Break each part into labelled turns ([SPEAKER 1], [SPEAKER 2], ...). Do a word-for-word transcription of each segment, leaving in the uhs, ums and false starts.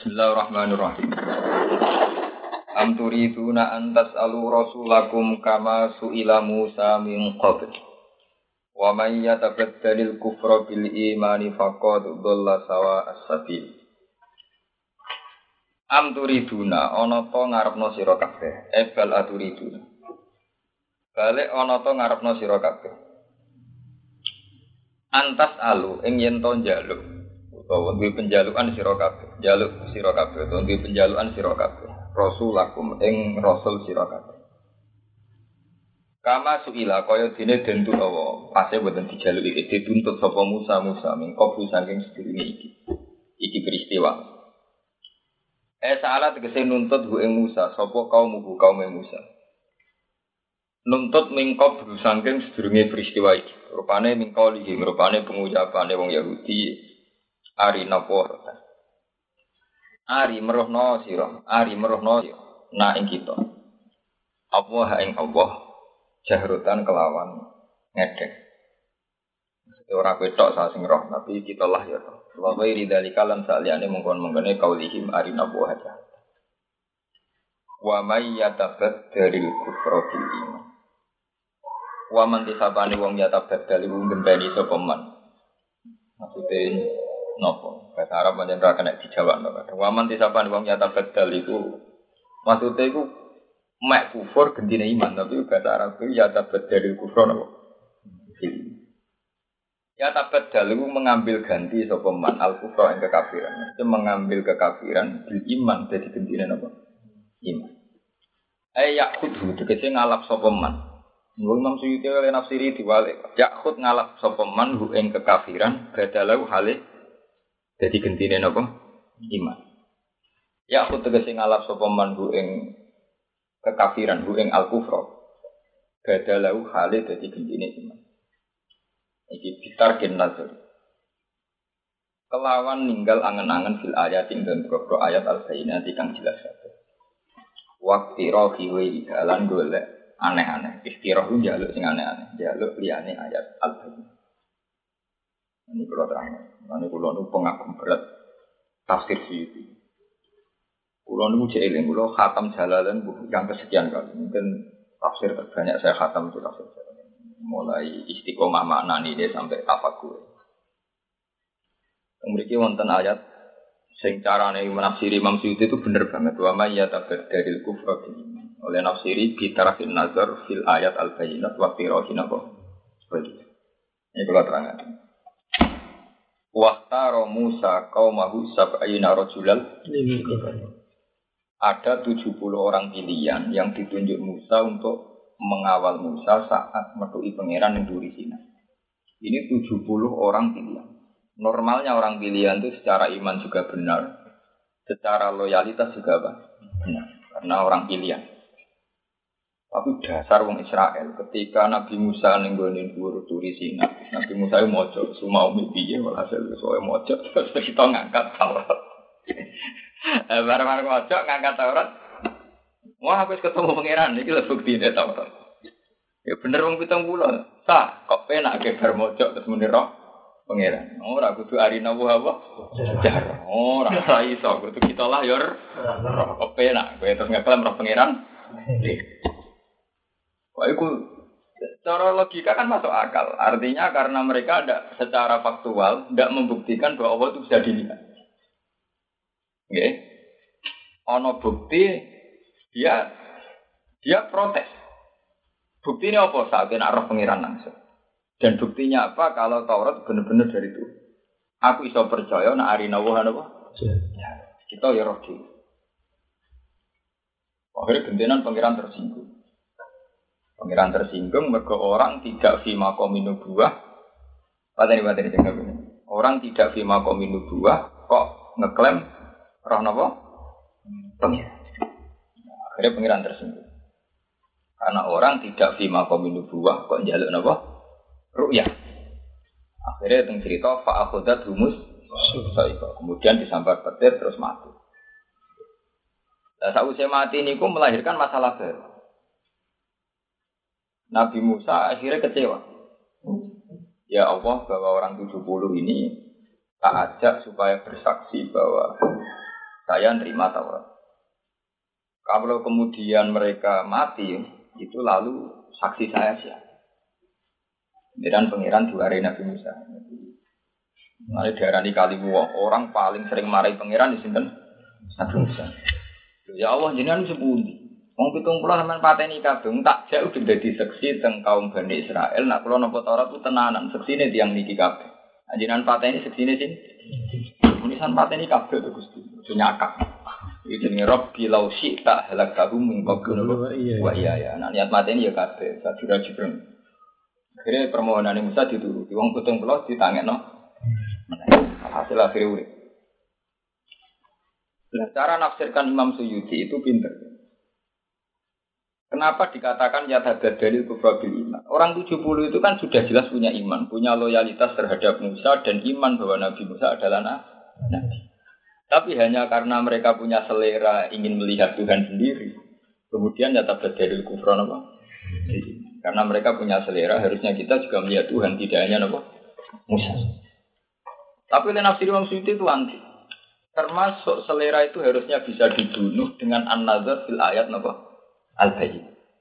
[SPEAKER 1] Bismillahirrahmanirrahim. Am turiduna an tas'alu rasulakum kama su'ila Musa min qabl. Wa may yatabaddalil kufra bil imani faqad dhalla sawa'as sabil. Am turiduna ana to ngarepno sira kabeh. Ebal aturiduna. Balik ana to ngarepno sira kabeh. Antas alu ing yen to njaluk utawa duwe penjalukan sira kabeh. Njaluk sira kabeh utawa duwe penjalukan sira kabeh. Rasulakum ing rasul sira kabeh. Kama suila kaya dene den tutawa pase boten dijaluki dituntut sapa Musa Musa mingko saking sedurunge iki. Iki peristiwa. Eh salah tegese nuntut hu ing Musa sapa kaum mubu kaum Musa. Nuntut mingko saking sedurunge peristiwa iki. Rupane mingko iki rupane pengucapane wong Yahudi ari napa Ari merohno sira, ari merohno sira, na ing kita. Allah ing Allah jahrutan kelawan ngedek. Mesti ora ketok sak sing roh, tapi kita lah ya. Wa ghairi dzalika lan saliyane mongkon-mongkone kaulihim ari napa aja. Wa may yatabaddalil kufra bil iman. Wa man tisabani wong yatabaddal wong genteni sapa man. Maksude nopo bahasa Arab pancen ra kena dijawab to kadang waman tisapan wong nyata bedal iku maksude iku mek kufur gendine iman tapi bahasa Arab itu ya tabadal kufur nopo ya tabadal iku mengambil ganti sapa man al kufra ing kekafiran itu mengambil kekafiran bil iman dadi gendine nopo iman ay yakhudhu tegese ngalap sapa man Imam Suyuti oleh nafsiri diwalik yakhud ngalap sapa man hu ing kekafiran badalau hale jadi gentine napa? Iman. Ya aku tegese ngalap sapa man bu ing kekafiran bu ing al-kufra. Badalau hale dadi gentine iman. Iki bitar gen nazar. Kelawan ninggal angen-angen fil ayat ing dalem pro ayat al-bayyinah kang jelas kabeh. Waqti rohi wa lan golek aneh-aneh. Istirah ku njaluk sing aneh-aneh, njaluk liyane ayat al-bayyinah. Ini kalau terang, ini kalau nu pengagum berat tafsir Suyuti. Kalau nu jeeling, kalau khatam Jalalan yang kesekian kali, mungkin tafsir terbanyak saya khatam itu tafsir Jalalan. Mulai istiqomah makna ini sampai tafakur. Memiliki wonten ayat, sing carane menafsiri Imam Suyuti itu benar banget. Wa may yatabaddalil kufra bil iman. Oleh nafsiri bitarafin nazar fil ayat al-bayyinat wa qirahin apa? Ini kalau terangkan. Wahtaro Musa qaumahu sab'ina rajulal ada tujuh puluh orang pilihan yang ditunjuk Musa untuk mengawal Musa saat metuhi pangeran yang duri Sinai. Ini tujuh puluh orang pilihan. Normalnya orang pilihan itu secara iman juga benar, secara loyalitas juga benar, karena orang pilihan. Tapi dasar wong Israel ketika Nabi Musa ning gone dhuwur turi Sinai, Nabi Musa yo mojo sumau piye walhasil soe mojo terus kita ngangkat Taurat. Eh bareng-bareng mojo ngangkat Taurat. Wah aku wis ketemu pangeran iki lho buktine Taurat. Ya bener wong pitung puluh. Sah kok penak ge bar mojo terus muni roh pangeran. Ora kudu arina wa apa? Jar. Ora ora iso kudu kita lah yo roh kok penak kowe terus ngeklaim roh pangeran. Wah itu secara logika kan masuk akal. Artinya karena mereka ada secara faktual tidak membuktikan bahwa Allah itu bisa dilihat. Oke, okay. Ono bukti dia dia protes. Buktinya apa? Saat ini arah pengiran langsung. Dan buktinya apa? Kalau Taurat benar-benar dari itu. Aku iso percaya nak arina wah apa? Ya, kita ya roh dhewe. Akhirnya gentenan pengiran tersinggung. Pengiran tersinggung mergo orang tidak fi maqamin nubuwah. Padahal ini jenenge ini. Orang tidak fi maqamin nubuwah kok ngeklaim roh napa? Pengiran. Akhirnya pengiran tersinggung. Karena orang tidak fi maqamin nubuwah kok njaluk napa? Ru'yah. Akhirnya teng cerita fa akhudat humus saika. Kemudian disambar petir terus mati. Lah sausé mati niku melahirkan masalah baru. Nabi Musa akhirnya kecewa. Ya Allah, bahwa orang tujuh puluh ini tak ajak supaya bersaksi bahwa saya nerima Taurat. Kalau kemudian mereka mati, itu lalu saksi saya siapa? Dan pangeran diwarai Nabi Musa. Mulai darani kali orang paling sering marahi pangeran di sini Nabi Musa. Ya Allah jenengan sepundi. Wong pitung puluh sampean pateni kabeh tak jauh udah dadi seksi teng kaum Bani Israel. Nak kula nampa Taurat ku tenanan seksine tiyang niki kabeh. Jenengan pateni seksine sin. Munisan pateni kabeh to Gusti. Ojo nyakak. Iki jenenge Rabbi law syi'ta halakahum min qablu wa iya ya. Nak niat mateni ya kabeh sadira jibril. Akhirnya permohonan Musa dituruti. Wong pitung puluh ditangekno. Hasil akhirnya urip. Nah, cara nafsirkan Imam Suyuti itu pinter. Kenapa dikatakan yatahadad dalil kufra bil iman? Orang tujuh puluh itu kan sudah jelas punya iman, punya loyalitas terhadap Musa dan iman bahwa Nabi Musa adalah nabi. Tapi hanya karena mereka punya selera ingin melihat Tuhan sendiri, kemudian yatahadad dalil kufra apa? Karena mereka punya selera, harusnya kita juga melihat Tuhan, tidak hanya apa? Musa. Tapi nafsir Imam Suyuti itu anti. Termasuk selera itu harusnya bisa dibunuh dengan an-nazar fil ayat apa? Al-Bayyin.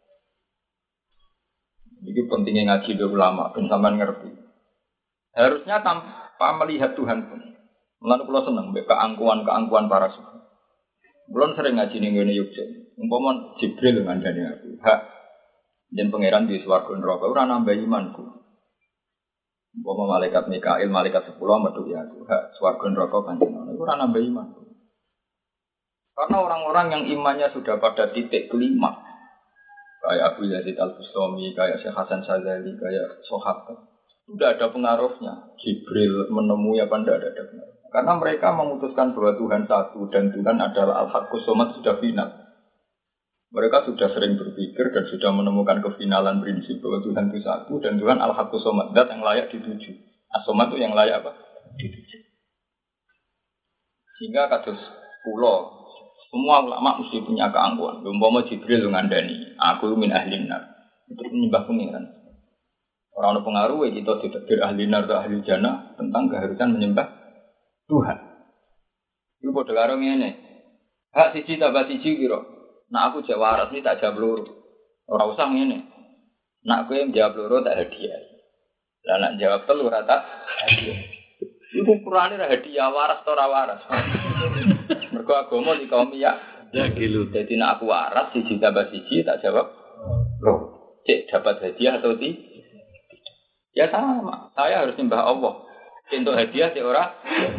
[SPEAKER 1] Jadi pentingnya ngaji be ulama, ben sampean ngerti. Harusnya tanpa melihat Tuhan pun. Mulane kula seneng mbek keangkuhan-keangkuhan para sufi. Kula sering ngaji ning ngene Yogyakarta. Umpama Jibril ngandani aku, hak yen pangeran di swarga neraka ora nambah imanku. Umpama malaikat Mikail, malaikat sepuluh metu ya aku, hak swarga neraka panjenengan ora nambah imanku. Karena orang-orang yang imannya sudah pada titik kelima, kayak Abu Yazid Al-Bustami, kayak Syekh Hasan Syadzali, kayak Sahabat, sudah ada pengaruhnya. Jibril menemui apa tidak ada pengaruh. Karena mereka memutuskan bahwa Tuhan satu dan Tuhan adalah Al-Haqqus Shomad sudah final. Mereka sudah sering berpikir dan sudah menemukan kefinalan prinsip bahwa Tuhan itu satu dan Tuhan Al-Haqqus Shomad, zat yang layak dituju. As-Shomad itu yang layak apa? Dituju. Sehingga kados kula semua ulama mesti punya keangkuhan. Umpama Jibril ngandani, aku min ahli nar. Itu menyembah pengiran. Orang ada pengaruh kita ditegur ahli nar atau ahli jannah tentang keharusan menyembah Tuhan. Itu padha karo ngene. Hak siji tambah siji kira. Nak aku jawab waras iki tak jawab loro. Ora usah ngene. Nak kowe jawab loro tak hadiah. Lah nak jawab telu ora tak hadiah. Iku ukurane ra hadiah waras ta ora waras. Mergo agama di kaum ya ya gitu. Jadi nak aku waras siji tambah siji tak jawab. Loh, cek dapat hadiah atau tidak? Ya sama. Saya harus nyembah Allah. Untuk hadiah cek ora.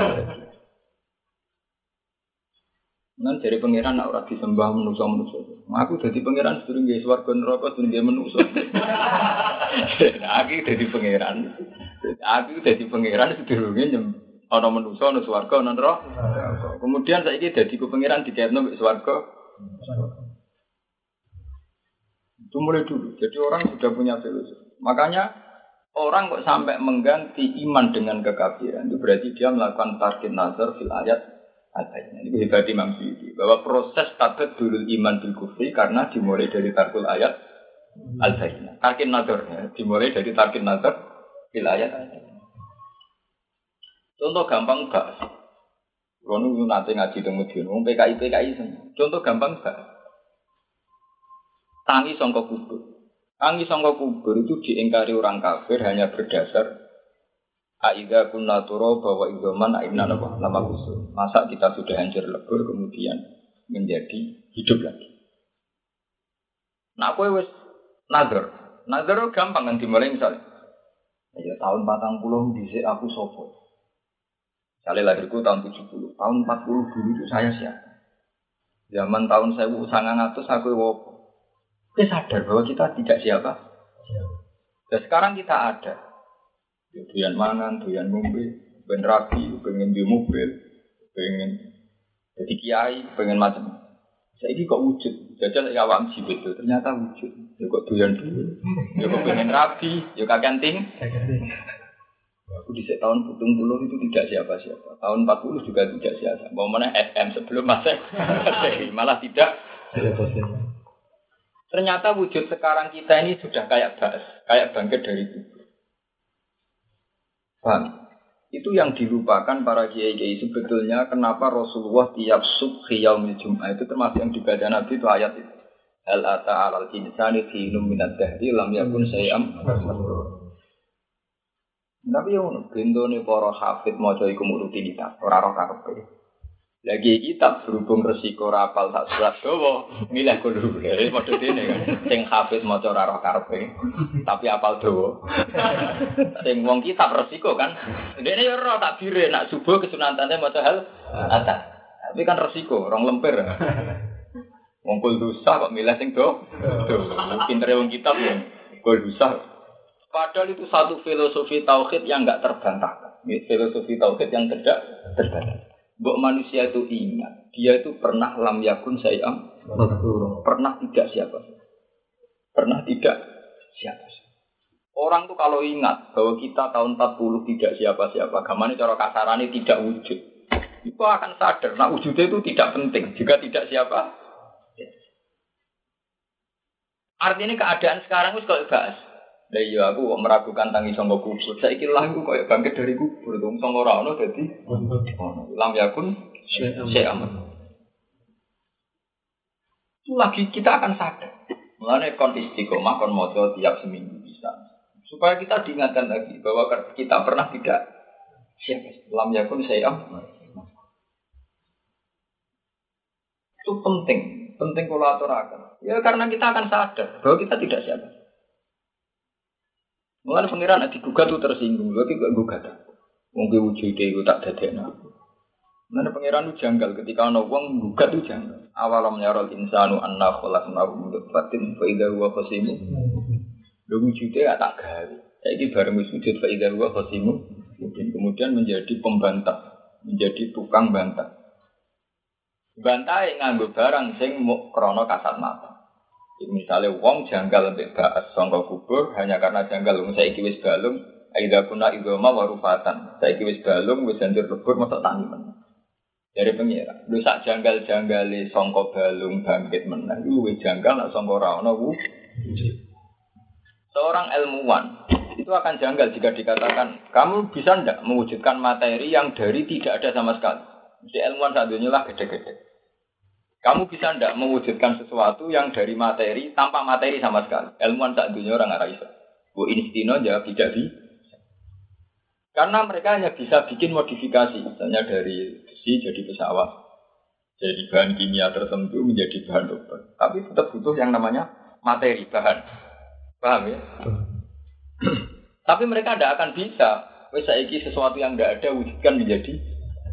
[SPEAKER 1] Nan dari pangeran nak ora disembah manusa-manusa. Aku dadi pangeran sedurung nggih swarga neraka sedurung nggih manusa. Aku dadi pangeran. Aku dadi pangeran sedurunge nyembah ana manusa ana swarga ana neraka. Kemudian saiki dadi ku pangeran diketno mek swarga. Itu mulai dulu. Jadi orang sudah punya filosofi. Makanya orang kok sampai mengganti iman dengan kekafiran itu berarti dia melakukan tarkin nazar fil ayat al-Bayyin. Ini hebat Imam Suyuti bahwa proses tabaddulul iman bil kufri karena dimulai dari tarkul ayat al-Bayyin. Tarkin nazar ya, dimulai dari tarkin nazar fil ayat al-Bayyin. Contoh gampang gak? Rono nanti ngaji teng Medion, wong P K I P K I semua. Contoh gampang gak? Tangi sangka kubur. Tangi sangka kubur itu diingkari orang kafir hanya berdasar aida kunna turaba wa idzaman aina nama nama khusus. Masa kita sudah hancur lebur kemudian menjadi hidup lagi. Nah, kowe wis nazar. Nazar gampang kan dimulai misalnya. Ya tahun patang puluh dhisik aku sapa? Kali lahirku tahun tujuh puluh, tahun empat puluh dulu itu saya siapa? Zaman tahun seribu sembilan ratus aku wopo. Kita sadar bahwa kita tidak siapa. Dan sekarang kita ada. Doyan mangan, doyan ngombe, pengen rapi, pengen di mobil, pengen jadi kiai, pengen macam. Saya ini kok wujud, jajal ya awam jibet itu ternyata wujud. Ya kok doyan dulu, ya kok pengen rapi, ya kakanting. Aku di tahun tujuh puluh itu tidak siapa-siapa. Tahun empat puluh juga tidak siapa. Mau mana S M sebelum masa malah tidak. Ternyata wujud sekarang kita ini sudah kayak bas, kayak bangkit dari kubur. Paham? Itu yang dilupakan para kiai-kiai sebetulnya kenapa Rasulullah tiap subhi yaumil Jum'ah itu termasuk yang dibaca Nabi itu ayat itu. Hal ata 'alal insani hinum minad dahri lam yakun syai'am. Tapi yo bendone para hafid maca iku nuruti kitab, ora ora karepe. Lagi kitab berhubung resiko rapal sak surat dawa, milih kudu lha padha dene kan. Sing hafid maca ora ora karepe, tapi apal dawa. Sing wong kitab resiko kan. Dene yo ora takbire nak subuh kesunatane maca hal atas. Tapi kan resiko, rong lemper. Wong kul dosa kok milih sing do. Pintere wong kitab yo kul dosa. Padahal itu satu filosofi tauhid yang enggak terbantahkan. Filosofi tauhid yang tidak terbantahkan. Mbok manusia itu ingat, dia itu pernah lam yakun syai'am, pernah tidak siapa, pernah tidak siapa. Orang tuh kalau ingat bahwa kita tahun empat puluh tidak siapa-siapa, gamane cara kasarane tidak wujud, itu akan sadar, nah wujudnya itu tidak penting, jika tidak siapa. Artinya keadaan sekarang itu kalau bahas. Lah iya aku kok meragukan tangi sangka kubur. Saiki lah aku koyo bangkit dari kubur, dong sangka ora ono dadi ono. Lam yakun syai'am. Itu lagi kita akan sadar. Mulane kon istiqomah kon maca tiap seminggu bisa. Supaya kita diingatkan lagi bahwa kita pernah tidak siapa. Lam yakun syai'am. Itu penting, penting kalau aturakan. Ya karena kita akan sadar bahwa kita tidak siapa. Mulane pengiran nek digugat itu tersinggung, lha iki kok gugat. Wong ki wujude iku tak dadekno. Mulane pengiran itu janggal ketika ana wong gugat itu janggal. Awalam yarul insanu anna khalaqnahu min nutfatin fa idza huwa khasimun. Lha wujude tak gawe. Saiki bareng wis wujud fa idza huwa khasimun, kemudian menjadi pembantah, menjadi tukang bantah. Bantahe nganggo barang sing muk krana kasat mata. Misalnya wong janggal mbek baas sangka kubur hanya karena janggal wong saiki wis balung aidha kuna idoma warufatan saiki wis balung wis hancur lebur mosok tangi men dari pengira lho sak janggal-janggale sangka balung bangkit meneh iku wis janggal nek sangka ora ana wujud. Seorang ilmuwan itu akan janggal jika dikatakan kamu bisa ndak mewujudkan materi yang dari tidak ada sama sekali. Mesti ilmuwan sak dunya lah gede-gede. Kamu bisa tidak mewujudkan sesuatu yang dari materi tanpa materi sama sekali. Ilmuwan sak dunia orang ora iso. Bu Einstein jawab tidak bisa. Karena mereka hanya bisa bikin modifikasi, misalnya dari besi jadi pesawat, jadi bahan kimia tertentu menjadi bahan obat. Tapi tetap butuh yang namanya materi bahan. Paham ya? Tapi mereka tidak akan bisa. Wes saiki sesuatu yang tidak ada wujudkan menjadi.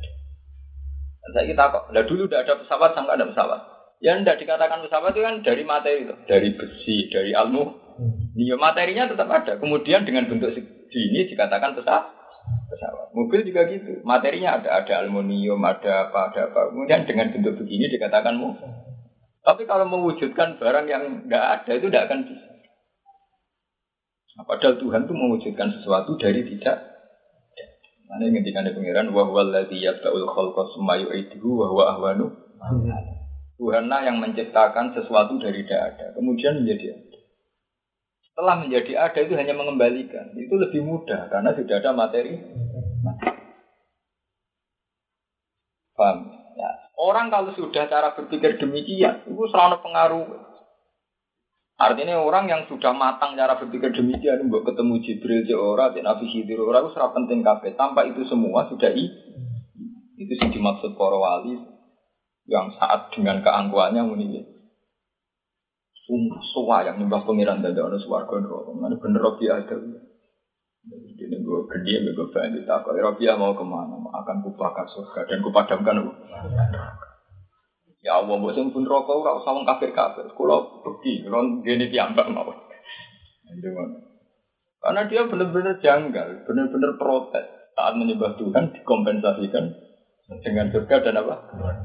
[SPEAKER 1] Saya kita kok, lah dulu udah ada pesawat sampai ada pesawat. Yang tidak dikatakan pesawat itu kan dari materi itu, dari besi, dari almu. Ya materinya tetap ada. Kemudian dengan bentuk segini dikatakan pesawat. Pesawat. Mobil juga gitu, materinya ada, ada aluminium, ada apa, ada apa. Kemudian dengan bentuk begini dikatakan mobil. Tapi kalau mewujudkan barang yang tidak ada itu tidak akan bisa. Nah, padahal Tuhan itu mewujudkan sesuatu dari tidak. Ana ngendikane pangeran wa huwal ladzi yabda'ul khalqa tsumma yu'iduhu wa huwa ahwanu. Tuhanlah yang menciptakan sesuatu dari tidak ada, kemudian menjadi ada. Setelah menjadi ada itu hanya mengembalikan. Itu lebih mudah karena sudah ada materi. Paham? Ya. Orang kalau sudah cara berpikir demikian, itu selalu pengaruh. Artinya orang yang sudah matang cara berpikir demikian, mbok ketemu Jibril je ora, cek Nabi Khidir ora, itu serap penting kabeh. Tanpa itu semua sudah i. Itu sing dimaksud para wali yang saat dengan keangkuhannya muni. Semua yang nyembah pengiran dan ana swarga neraka. Mana bener Robi ada. Jadi ini gue gede, gue banyak tak. Kalau Robi mau kemana? Akan kubakar surga dan kupadamkan. Ya Allah, bosan pun rokok, ora usah wong kafir-kafir. Kulo pergi, ron gene piyambak mawon. Karena dia benar-benar janggal, benar-benar protes saat menyembah Tuhan dikompensasikan dengan surga dan apa?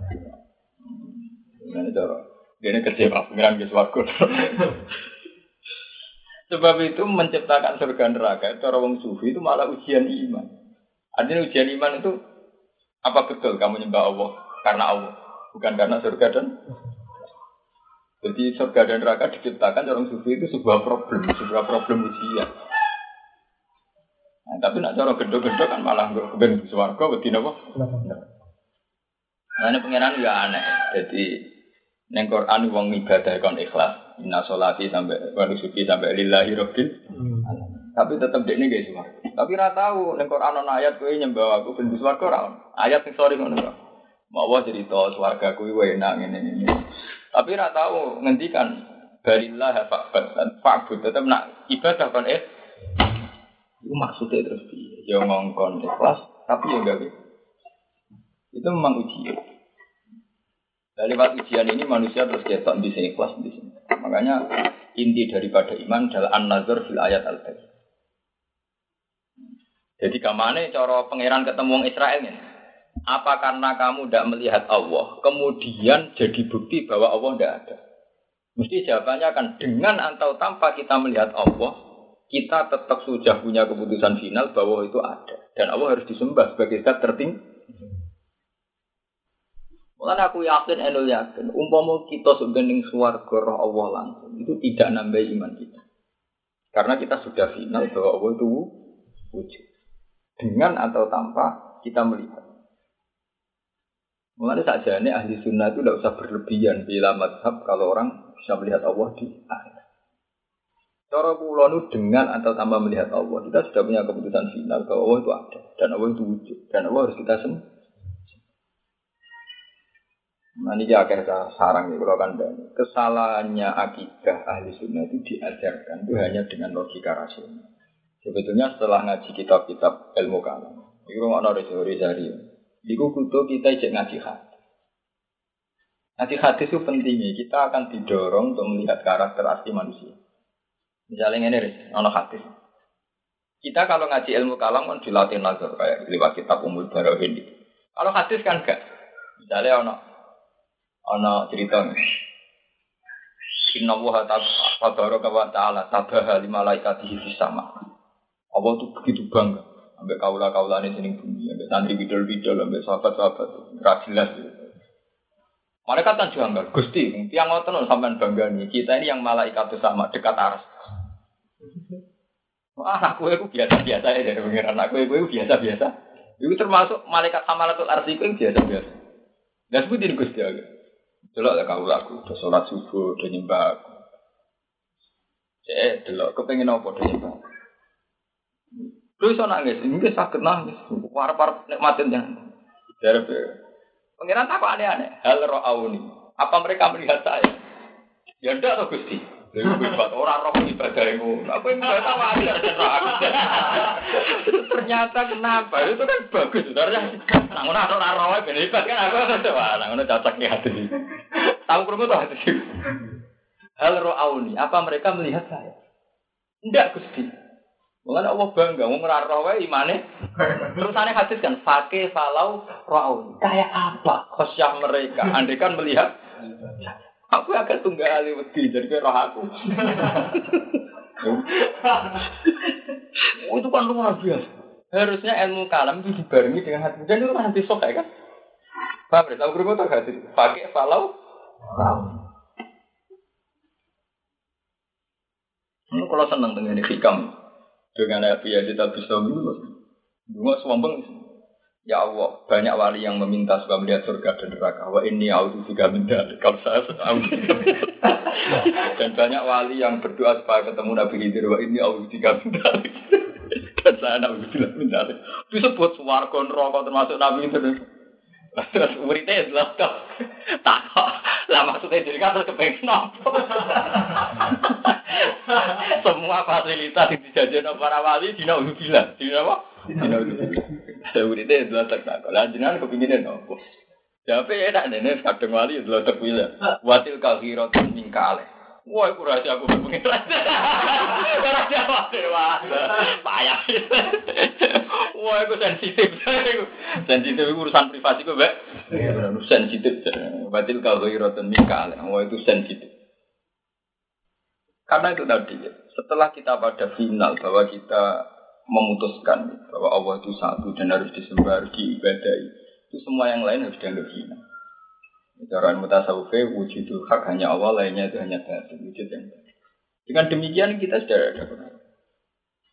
[SPEAKER 1] Ini cara, gene kecewa pengiran ke swarga. Sebab itu menciptakan surga neraka, cara wong sufi itu malah ujian iman. Artinya ujian iman itu apa betul kamu menyembah Allah karena Allah? Bukan karena surga dan jadi surga dan neraka diciptakan orang sufi itu sebuah problem, sebuah problem ujian. Nah, tapi nak cara gendho-gendho kan malah nggo ben swarga wedi napa? Nah, ini pengiran juga aneh. Jadi neng Quran wong ibadah kon ikhlas, inna sholati sampai wa nusuki sampai lillahi rabbil alamin. Tapi tetap dekne guys swarga. Tapi ra tau neng Quran ana ayat kowe nyembah aku ben swarga ora. Ayat sing sori ngono kok. Mau cerita swarga kuwi enak ngene-ngene. Tapi ra tau ngendikan balillah fa'bud fa'bud tetep nak ibadah kon eh itu maksudnya terus piye? Ya ngongkon ikhlas, tapi ya enggak gitu. Itu memang ujian. Dari lewat ujian ini manusia terus ketok di sini ikhlas di sini. Makanya inti daripada iman adalah an-nazar fil ayat al-bayyin. Jadi kamane cara pangeran ketemu wong Israel ini? Apa karena kamu tidak melihat Allah, kemudian jadi bukti bahwa Allah tidak ada? Mesti jawabannya akan dengan atau tanpa kita melihat Allah, kita tetap sudah punya keputusan final bahwa itu ada. Dan Allah harus disembah sebagai zat tertinggi. Mulanya aku yakin, enul yakin, umpama kita segening swarga roh Allah langsung, itu tidak nambah iman kita. Karena kita sudah final bahwa Allah itu wujud. Dengan atau tanpa kita melihat. Mulanya sakjane ahli sunnah itu tidak usah berlebihan bila mazhab kalau orang bisa melihat Allah di akhir. Cara kula nu dengan atau tanpa melihat Allah, kita sudah punya keputusan final bahwa Allah itu ada dan Allah itu wujud dan Allah harus kita sembah. Nah ini akeh sarang ya kalau kandang. Kesalahannya akidah ahli sunnah itu diajarkan itu hanya dengan logika rasional. Sebetulnya setelah ngaji kitab-kitab ilmu kalam, itu nggak ada teori-teori. Iku kudu kita ijek ngaji hadis. Ngaji hadis itu pentingnya. Kita akan didorong untuk melihat karakter asli manusia. Misalnya ini, ono hadis. Kita kalau ngaji ilmu kalam kan dilatih nazar kayak lewat kitab Ummul Barahin itu. Kalau hadis kan enggak. Misalnya ono ono cerita nih. Inna Allaha tabaraka wa ta'ala tabaha li malaikatihi fis sama. Allah itu begitu bangga ambek kaula-kaulane ning bumi, ambek santri bidol-bidol, ambek sahabat-sahabat ra jelas. Mereka kan janggal, Gusti, tiyang ngoten sampean banggani. Kita ini yang malaikat sama dekat aras. Wah, aku itu biasa-biasa ya dari pengiran. Aku itu biasa-biasa. Itu termasuk malaikat Hamalatul Arsy itu biasa-biasa. Dan sebutin Gusti aku. Delok lah kau laku, udah sholat subuh, udah nyembah aku. Cek, delok, kepengen apa udah nyembah. Lu iso nangis, ini sakit nangis. Warap-warap nikmatin jangan. Dari pengiran tak aneh-aneh. Hal ro'auni. Apa mereka melihat saya? Ya enggak loh Gusti. Orang roh ibadah itu, aku yang ibadah wajar ternyata kenapa? Itu kan bagus, sebenarnya. Namun ada orang roh yang hebat kan aku coba, namun cocok ya hati. Tahu kurung itu hati. Hal ro'auni, apa mereka melihat saya? Enggak Gusti. Mengenai Allah bangga, mau ngerarah imane. Terus aneh hadis kan, fakih falau ro'auni. Kayak apa khosyah mereka? Andai kan melihat. Aku akan tunggal ali wedi jadi kayak roh aku. Oh, itu kan luar biasa. Harusnya ilmu kalam itu dibarengi dengan hati. Dan itu kan hati sok kan? Paham ya? Tahu berapa tuh hati? Pakai falau. Ini kalau senang dengan hikam dengan apa ya kita bisa dulu. Dulu sombong. Ya Allah, banyak wali yang meminta supaya melihat surga dan neraka. Wa inni a'udzubika min dzalik. Kalau saya tahu. Dan banyak wali yang berdoa supaya ketemu Nabi Khidir. Wa inni a'udzubika min dzalik. Dan saya na'udzubika min dzalik. Disebut swarga neraka termasuk Nabi Khidir. Terus muridnya adalah tak lah maksudnya jadi kan terus kepengen apa? Semua fasilitas yang dijajakan para wali dina'udzubika. Dina apa? Dina'udzubika. Muridnya adalah tak lah jenengan kepinginnya nopo. Tapi enak nih kadang wali adalah terpilih. Watil kahiratun mingkale. Wah, aku rahasia aku pengiran. Rahasia apa dewa? Payah. Wah, aku sensitif. Sensitif urusan privasi gue, Mbak. Sensitif. Watil kahiratun mingkale. Wah, itu sensitif. Karena itu tadi, setelah kita pada final bahwa kita memutuskan bahwa Allah itu satu dan harus disembah, harus diibadahi, itu semua yang lain harus dianggap hina. Cara mutasawuf wujudul hak hanya Allah, lainnya itu hanya batin, wujud yang batin. Dengan demikian kita sudah ada benar.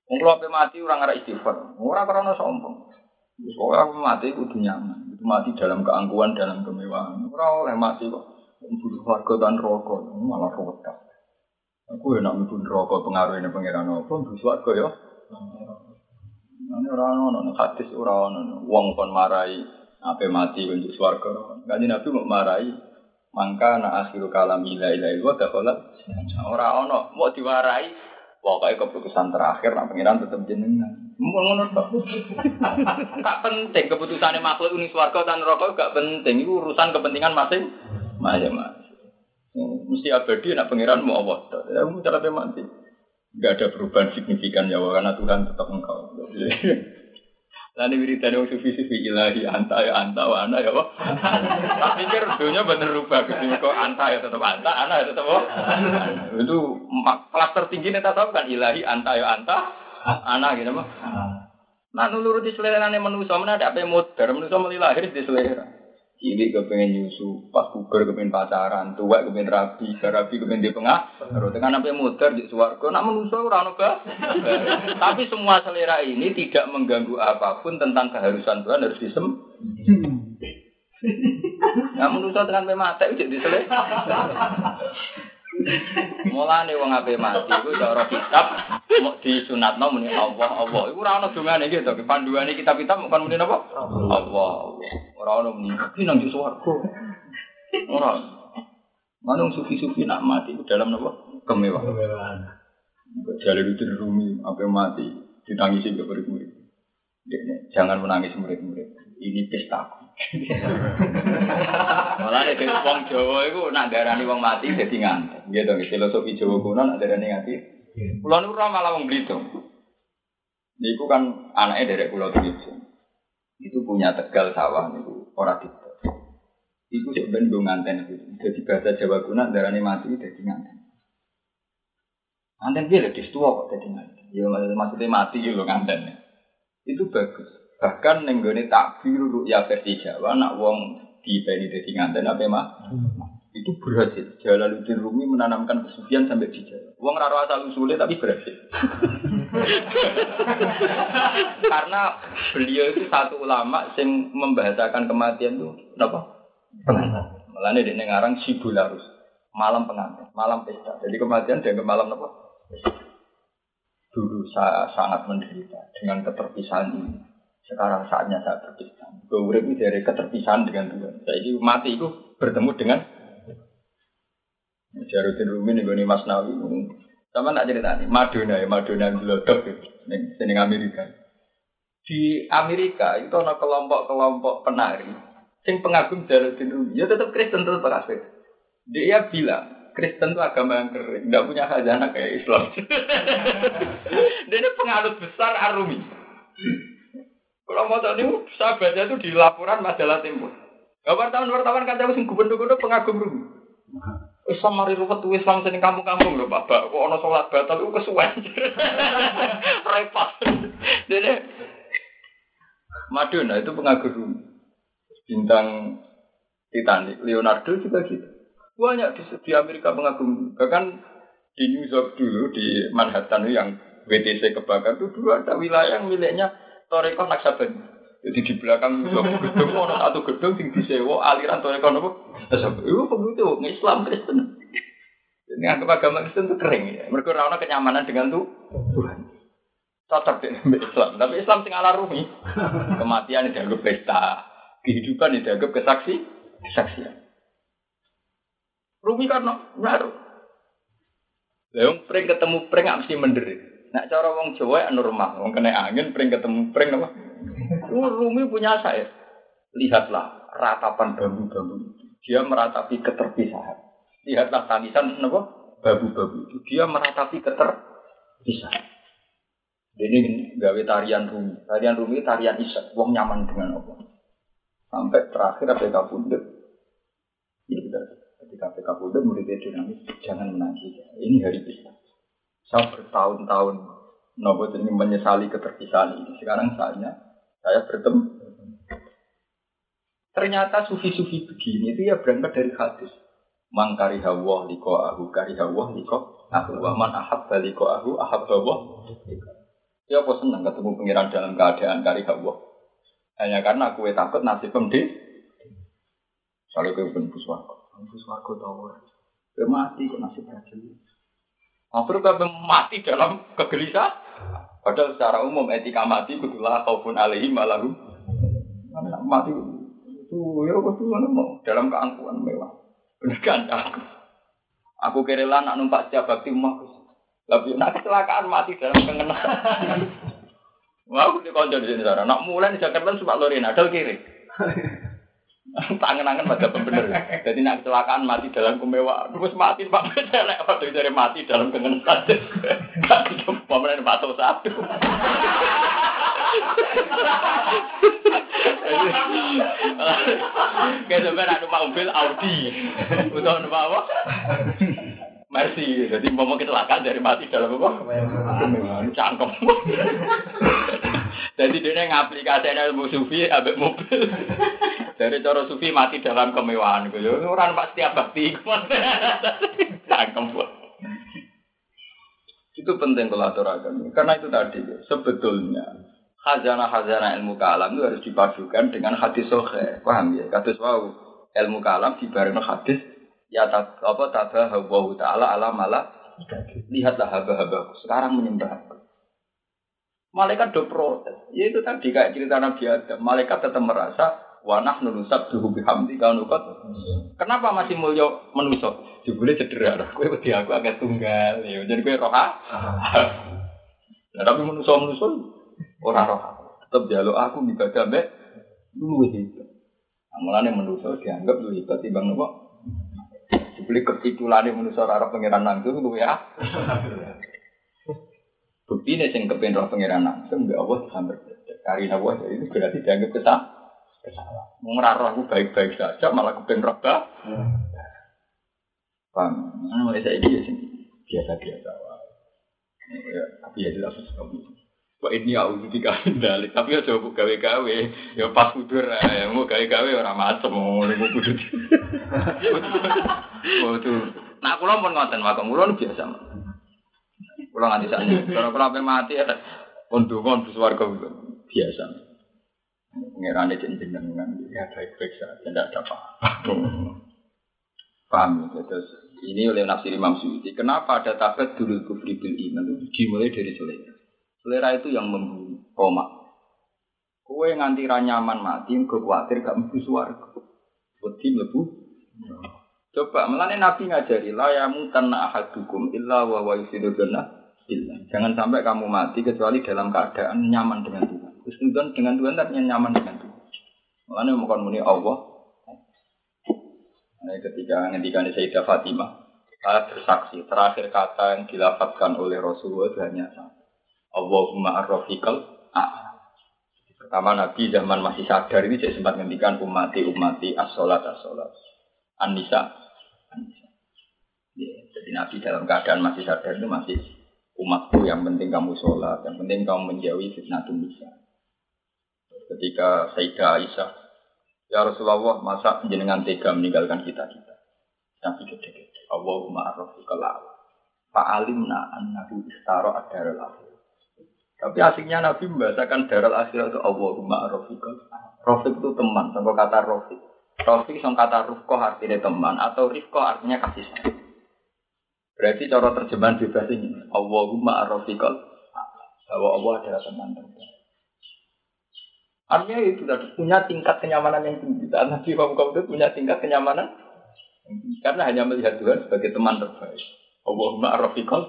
[SPEAKER 1] Wong kula ape mati ora ngara istighfar. Ora krana sombong. Wis kok aku mati kudu nyaman. Itu mati dalam keangkuhan, dalam kemewahan. Ora oleh mati kok mbunuh warga dan rokok, malah ruwet. Aku enak mlebu neraka pengaruhane pangeran apa mlebu swarga ya. Ana ora ono hadis ora ono wong kon marai ape mati untuk swarga. Kanjeng Nabi mau marai mangka na akhiru kalam ila ila wa dakhala ora ono mau diwarai pokoke keputusan terakhir nak pangeran tetep jenengan. Mun ngono tok. Gak penting keputusane makhluk ning swarga dan neraka gak penting iku urusan kepentingan masing-masing. Mesti abadi nak pangeran mau Allah. Ya mu cara mati. Enggak ada perubahan signifikan ya karena Tuhan tetap engkau. Lani wiridane wong sufi-sufi ilahi anta ya anta wa ana ya apa. Tak pikir dunia bener rubah kok anta ya tetap anta, ana ya tetap apa. Itu kelas tertinggi nek tahu kan ilahi anta ya anta, ana gitu mah. Nah nuruti selerane manusa men ada ape modern manusa muli lahir di selera. Cilik kepengen nyusu, pas puber kepengen pacaran, tua kepengen rabi, rabi kepengen di pengah. Terus dengan sampai muter di swarga, nak manusia ora ono ba. Tapi semua selera ini tidak mengganggu apapun tentang keharusan Tuhan harus disem. Nah manusia dengan mati itu di selera. Mulane wong ape mati iku cara kitab mok disunatno muni Allah Allah. Iku ora ono dongane iki to, panduane kitab-kitab mok kon muni napa? Allah Allah. Ora ono muni iki nang swarga. Ora. Manung sufi-sufi nak mati iku dalam napa? Kemewahan. Kemewahan. Jalaluddin Rumi ape mati ditangisi mbek murid-murid. Jangan menangis murid-murid. Ini pesta. Malah nek wong Jawa iku nak darani wong mati dadi nganten. Nggih to, filosofi Jawa kuno nak darani ngati. Kula niku ora malah wong Blitung. Niku kan anake derek kula Blitung. Itu punya Tegal sawah niku ora didol. Iku sik ben go nganten iku. Dadi bahasa Jawa kuno darani mati dadi nganten. Nganten piye lho distuwa kok dadi nganten. Ya maksudnya mati yo lho nganten. Itu bagus. Bahkan ning gone takbir ru'ya versi Jawa nak wong dipeni dadi nganten apa mah itu berhasil. Jalaluddin Rumi menanamkan kesufian sampai di Jawa. Wong ora ora asal usule tapi berhasil. Karena beliau itu satu ulama yang membahasakan kematian itu napa? Pengantin. Mulane dene ngarang Sibularus, malam pengantin, malam pesta. Jadi kematian dianggap malam napa? Dulu saya sangat menderita dengan keterpisahan ini. Sekarang saatnya saya berpisah. Gue urip dari keterpisahan dengan Tuhan. Saya ini mati itu bertemu dengan Jalaluddin Rumi nih gue Mas Nawawi. Sama tak cerita nih, Madonna ya Madonna Glodok itu, di Amerika. Di Amerika itu ada kelompok-kelompok penari, sing pengagum Jalaluddin Rumi. Ya tetap Kristen tetap kafir. Dia bilang Kristen itu agama yang kering, tidak punya khazanah kayak Islam. Dia ini penganut besar Ar-Rumi. Kalau mau tahu ini sahabatnya itu di laporan majalah Tempo. Wartawan-wartawan kan tahu sing gubernur-gubernur pengagum Rumi. Islam mari ruwet tuh Islam sing kampung-kampung lho, Bapak. Kok ana salat batal iku kesuwen. Repot. Dene Madonna itu pengagum Rumi. Bintang Titanic, Leonardo juga gitu. Banyak di, di Amerika pengagum. Bahkan di New York dulu di Manhattan yang W T C kebakar itu dulu ada wilayah yang miliknya Toreko Naksaben. Jadi di belakang gedung ada satu gedung yang disewa aliran Toreko apa? Naksaben. Itu begitu Islam Kristen. Ini anggap agama Kristen itu kering ya. Mereka ora ana kenyamanan dengan tuh Tuhan. Cocok dengan Islam. Tapi Islam sing ala Rumi. Kematian dianggap pesta, kehidupan dianggap kesaksi, kesaksian. Rumi karena ngaruh. Leung pring ketemu pring gak mesti menderit. Nak cara wong Jawa normal, wong kena angin pring ketemu pring apa? Oh, Rumi punya saya. Lihatlah ratapan bambu-bambu itu. Dia meratapi keterpisahan. Lihatlah tangisan apa? Babu-babu itu. Dia meratapi keterpisahan. Ini gawe tarian Rumi. Tarian Rumi tarian isak. Wong nyaman dengan apa? Sampai terakhir apa yang kabundut. Ini benar. Ketika P K Polda muridnya dinamis, jangan menangis. Ini hari pesta. Saya bertahun-tahun nopo ini menyesali keterpisahan ini. Sekarang saatnya saya bertemu. Ternyata sufi-sufi begini itu ya berangkat dari hadis. Man karihawah liqa'ahu karihawah liqa'ahu wa man ahabba liqa'ahu ahabba wa Ya apa senang ketemu pengiran dalam keadaan kari Allah. Hanya karena aku takut nasib pemdi. Soalnya aku pun buswargo. Buswargo tahu. Dia mati kok nasib aja. Akhirnya kabeh mati dalam kegelisahan. Padahal secara umum etika mati kudulah kaupun alaihim malahum. Mati itu ya betul mau dalam keangkuhan mewah. Benar kan aku. Aku kerelan nak numpak setiap bakti emak. Tapi nak kecelakaan mati dalam kengenan. Wah, aku dikonco di sini sana. Nak mulai di Jakarta sumpah lorin adal kiri. Tangan-tangan pada bener. Jadi nak kecelakaan mati dalam kemewahan. Terus mati Pak Mecelek waktu dari mati dalam kengenan. Kasih pemerintah batu satu. Kayak sebenarnya numpak mobil Audi. Untuk numpak apa? Mercy. Jadi mau kecelakaan dari mati dalam apa? Kemewahan. Cangkem. Jadi dia ngaplikasikan ilmu sufi ambek mobil. Dari cara sufi mati dalam kemewahan. Orang pasti abadi. Cangkem. Itu penting kalau aturakan. Karena itu tadi sebetulnya khazanah-khazanah ilmu kalam itu harus dipadukan dengan hadis sahih. Paham ya? Kados wau ilmu kalam dibareng hadis ya tak apa tabahu ta'ala ala mala. Lihatlah haba-haba sekarang menyembah. Malaikat do protes. Ya itu tadi kayak cerita Nabi Adam. Malaikat tetap merasa wa nahnu nusabbihu bihamdi kanukat. Kenapa masih mulya manusa? Jebule cedera. Kowe wedi aku agak tunggal. Ya jadi kowe roh. Nah, tapi manusa-manusa ora roh. Tetep jaluk aku ibadah mbek luwih hebat. Mulane manusa dianggap luwih hebat timbang nopo? Jebule ketitulane manusa ora pangeran langsung luwih ya. Bukti ini yang kepen roh pengiran langsung, ya Allah sampai karena Allah itu berarti dianggap kesal, kesalah. Mengerarah aku baik-baik saja, malah kepen roh bah. Paham? Mana mulai saya ini biasa-biasa. Ya, tapi ya jelas sekali. Wah ini aku ketika kendali, tapi ya coba gawe-gawe, ya pas kudur, ya mau gawe-gawe orang macam mau mau kudur. Oh tu, nah aku lompon ngoten, maka mulon biasa. Kalau nganti saat ini, kalau kalau mati ya, untuk kon bersuarga biasa. Pengiran itu jenengan ya baik-baik saja, tidak ada apa-apa. Paham? Terus ini oleh nafsir Imam Suyuti. Kenapa ada tabet dulu kufri bil iman itu dimulai dari selera. Selera itu yang membunuh koma. Kue nganti ranyaman mati, kau khawatir gak mesti suarga. Wedi lebu. Coba melane Nabi ngajari la yamutanna ahadukum illa wa wa yusidu jannah. Jangan sampai kamu mati kecuali dalam keadaan nyaman dengan Tuhan. Husnuzon dengan Tuhan artinya nyaman dengan Tuhan. Makanya bukan muni Allah. Nah, ketika ngendikan Sayyidah Fatimah, saya bersaksi terakhir kata yang dilafadzkan oleh Rasulullah itu hanya satu. Allahumma arrofiqal a'la. Pertama Nabi zaman masih sadar ini saya sempat ngendikan ummati ummati as-sholat as-sholat an-nisa an-nisa. Ya, jadi Nabi dalam keadaan masih sadar itu masih umatku yang penting kamu sholat, yang penting kamu menjauhi fitnatun nisa. Ketika Sayyidah Aisyah, ya Rasulullah, masa jenengan tega meninggalkan kita-kita? Nabi gede-gede, Allahumma arrofiqal a'la. Fa'alimna annahu istara ad-daral akhir. Tapi asiknya Nabi membahasakan daral akhir itu Allahumma arrofiqal a'la. Rofiq itu teman, sama kata rofiq. Rofiq sama kata rufqah artinya teman, atau rifqah artinya kasih sayang. Berarti cara terjemahan bebas ini Allahumma arrofiqal bahwa Allah adalah teman terbaik. Artinya itu tadi punya tingkat kenyamanan yang tinggi. Nabi Muhammad itu punya tingkat kenyamanan karena hanya melihat Tuhan sebagai teman terbaik. Allahumma arrofiqal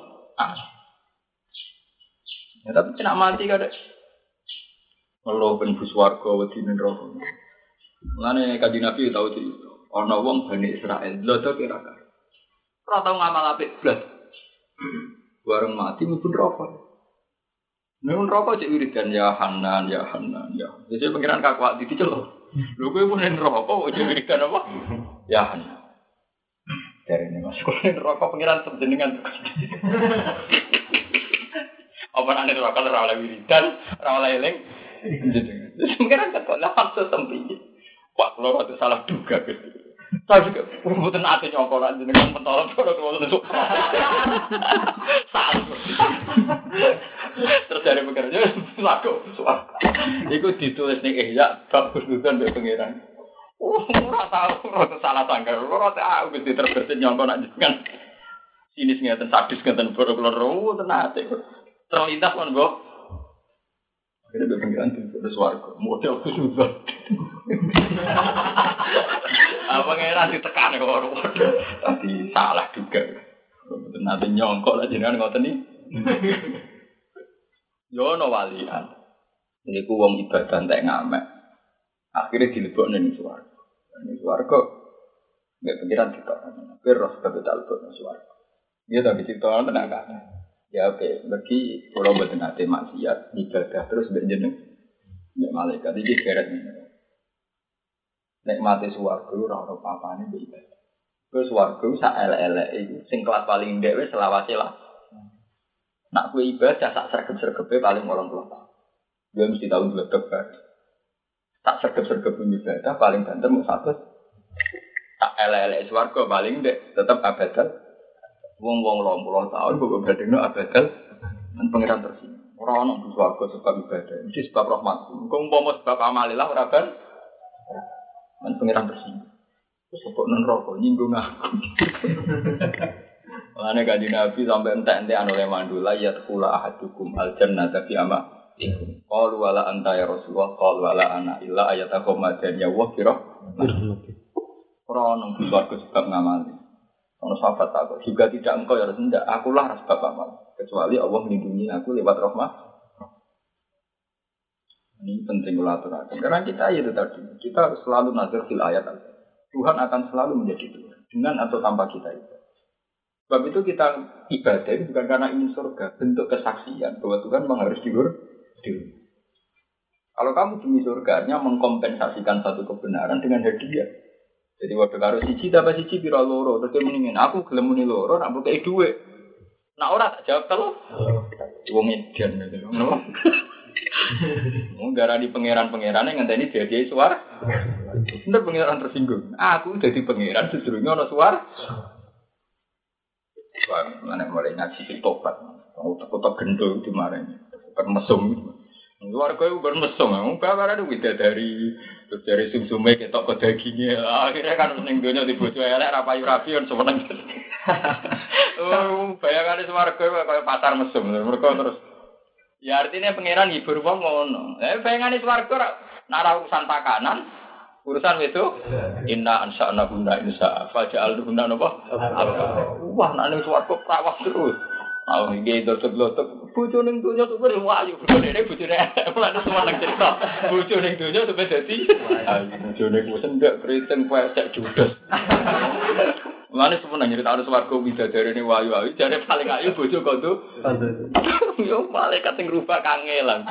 [SPEAKER 1] ya, tapi kena mati kada kalau ben buswarga wedine neraka. Mulane Kanjeng Nabi tahu itu ana wong Bani Israil lho to kira-kira ora tau ngamal apik blas. Bareng mati mlebu neraka. Nek neraka cek wiridan ya Hanan ya Hanan ya. Jadi pengiran kakwak dicelok. Lho kowe mun neraka kok cek wiridan apa? Ya Hanan. Jarene Mas kowe neraka pengiran sejenengan. Apa nek neraka ora oleh wiridan, ora oleh eling. Jadi pengiran kok langsung tempi. Pak loro itu salah duga gitu. Tapi mboten ate nyongko lan jenengan pentol ora kuwi nusuk. Salah. Terus dari pekerja laku suara. Iku ditulis nih ihya bab husnudzon mbek pangeran. Oh, ora tahu, ora salah sangka. Ora tahu mesti terbesit nyongko nak jenengan. Sinis ngeten sadis ngeten boro-boro tenate. Terlintas kon, Mbok. Akhirnya mbek pangeran terus warga. Model husnudzon. Apa pangeran ditekan kok ora. Tadi salah juga. Tenate nyongko lah jenengan ngoten iki. Yo no walian. Niku wong ibadah entek ngamek. Akhire dilebokne ning swarga. Ning swarga nek pikiran ditokno. Terus kabeh talbot ning swarga. Dia tak diceritakan tenan kan. Ya oke, bagi kula mboten ate maksiat, ibadah terus mbek jeneng nek malaikat iki keret ngene. Nek mati swarga ora ono apa-apane mbek ibadah. Terus swarga sak elek-elek iku sing kelas paling ndek wis selawase lah. Nak kue ibadah tak sergep-sergepe paling orang puluh tahun. Dia mesti tahu dua tebar. Tak sergep-sergep ibadah paling banter mau satu. Tak elek-elek swarga paling dek tetap abadal. Wong-wong orang puluh tahun bawa badengno abadal. Dan pengiran tersinggung. Orang orang swarga sebab ibadah. Mesti sebab rahmat. Kau mau sebab amalilah raban. Dan pengiran tersinggung. Terus sebab non rokok nyinggung aku. Mulane kanjeng Nabi sampai entek-entekan oleh mandula ya taqula ahadukum al-jannata fi ama ikum. Qalu wala anta ya Rasulullah qalu wala ana illa ayatakum madan ya wa kira. Ora ono swarga sebab ngamali. Ono sahabat takut juga tidak engkau ya Rasul, ndak akulah sebab amal. Kecuali Allah melindungi aku lewat rahmat. Ini penting kula aturaken. Karena kita itu tadi, kita harus selalu nazar fil ayat. Tuhan akan selalu menjadi Tuhan dengan atau tanpa kita itu. Sebab itu kita ibadah itu bukan karena ingin surga, bentuk kesaksian bahwa Tuhan memang harus diur. Kalau kamu demi surganya mengkompensasikan satu kebenaran dengan hadiah. Jadi waktu karo siji dapat siji pira loro, terus mendingin aku gelem muni loro, nak mbok kei dhuwit. Nak ora tak jawab telu. Wong edan gitu. Ngono. Wong garani pangeran-pangerane ngenteni dadi suar. Bener pangeran tersinggung. Aku dadi pangeran sedurunge ana suar. Wah, mana mulai ngaji tobat. Utak-utak gendul dimarahin. Bukan mesum. Warga itu bukan mesum. Bapak ada widadari. Terus dari sum-sumnya ketok ke dagingnya. Akhirnya kan seneng dunia di bojo elek rapayu-rapiun semeneng. Oh, bayangannya warga kayak pasar mesum. Mereka terus. Ya artinya pangeran hibur wong ngono. Eh bayangannya warga nara urusan pakanan. Urusan itu inna ansa'na guna insa faja'al guna napa wah nang swarga prawas terus ah iki dotok-dotok bojo ning donya tuh beri wayu bojone bojone lan semua nang cerita bojo ning donya tuh dadi bojone ku sendek kriting pesek judes lan semua nang cerita harus swarga widadarene wayu-wayu jare paling ayu bojo kok tuh yo malaikat sing rubah kangelan.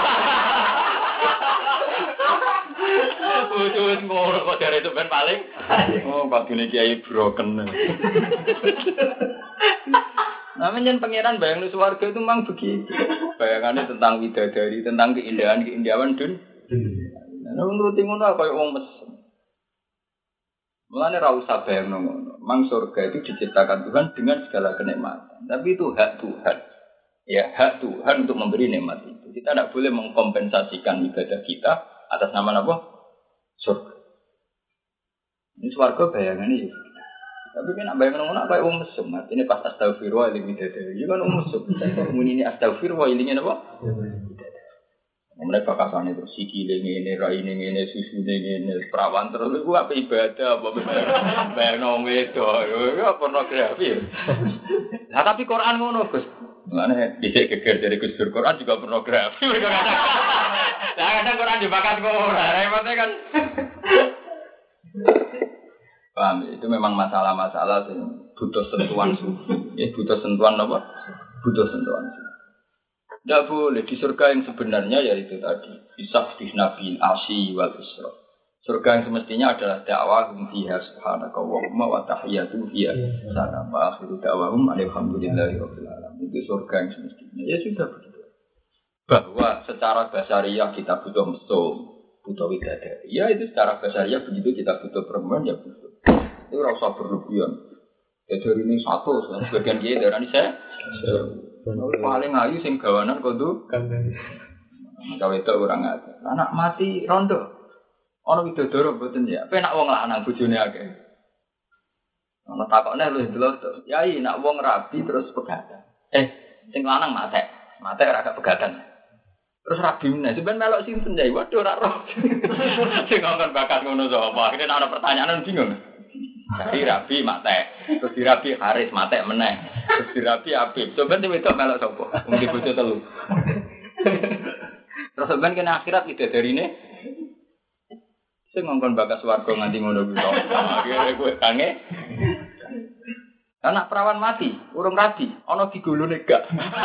[SPEAKER 1] Wujud ngono kok dari itu ben paling. Oh, badune kiai broken. Namanya pangeran bayang swarga itu memang begitu. Bayangannya tentang widadari, tentang keindahan-keindahan dun. Nah, nuruti ngono kaya wong mesem. Mulane ra usah bayangno ngono. Mang surga itu diciptakan Tuhan dengan segala kenikmatan. Tapi itu hak Tuhan. Ya, hak Tuhan untuk memberi nikmat itu. Kita tidak boleh mengkompensasikan ibadah kita atas nama apa? Surga. Ini swarga bayangannya ya. Tapi kan bayangan ngono kayak wong mesum. Artinya pas astagfirullah iling bidadari. Ya kan wong mesum. Muni ini astagfirullah ilingnya apa? Mereka kasane terus sikile ngene, raine ngene, susune ngene, perawan terus iku apa ibadah apa bayangno wedok. Ya pornografi. Nah tapi Quran ngono, Gus. Mulane dhisik geger dari Gus Dur Quran juga pornografi. Lah kadang Quran dibakat kok ora, repotnya kan. Paham, itu memang masalah-masalah yang butuh sentuhan sufi. Ya butuh sentuhan apa? Butuh sentuhan sufi. Tidak boleh di surga yang sebenarnya yaitu tadi isaf fi nabil asyi wal isra. Surga yang semestinya adalah dakwahum fiha subhanakallahumma wa tahiyyatuhum fiha salam wa akhiru da'wahum alhamdulillahi rabbil alamin. Itu surga yang semestinya. Ya sudah begitu. Bahwa secara basariah kita butuh mesum, butuh widadari. Ya itu secara basariah begitu kita butuh perempuan ya butuh. Itu rasa berlebihan. Ya dari ini satu, sebagian dia dari ini saya. Paling ayu sing gawanan kudu
[SPEAKER 2] Kandani.
[SPEAKER 1] gawe itu orang akeh. Anak mati rondo. Ana widodoro mboten ya. Penak wong lanang bojone akeh. Ana takokne lho delok. Yai nak wong rabi terus pegatan. Eh, sing lanang matek. Matek ora gak pegatan. Terus rabi meneh. Sampeyan melok sinten yai? Waduh ora roh. Sing ngongkon bakat ngono sapa? Akhire ana pertanyaan bingung. Dari rabi matek. Terus dirabi Haris matek meneh. Terus dirabi Habib. Sampeyan wedok melok sapa? Wong di bojo telu. Terus sampeyan kena akhirat iki darine. Sing ngongkon bakas swarga nganti ngono kuwi. Akhire kowe kange. Anak perawan mati, urung rabi, ana digolone gak.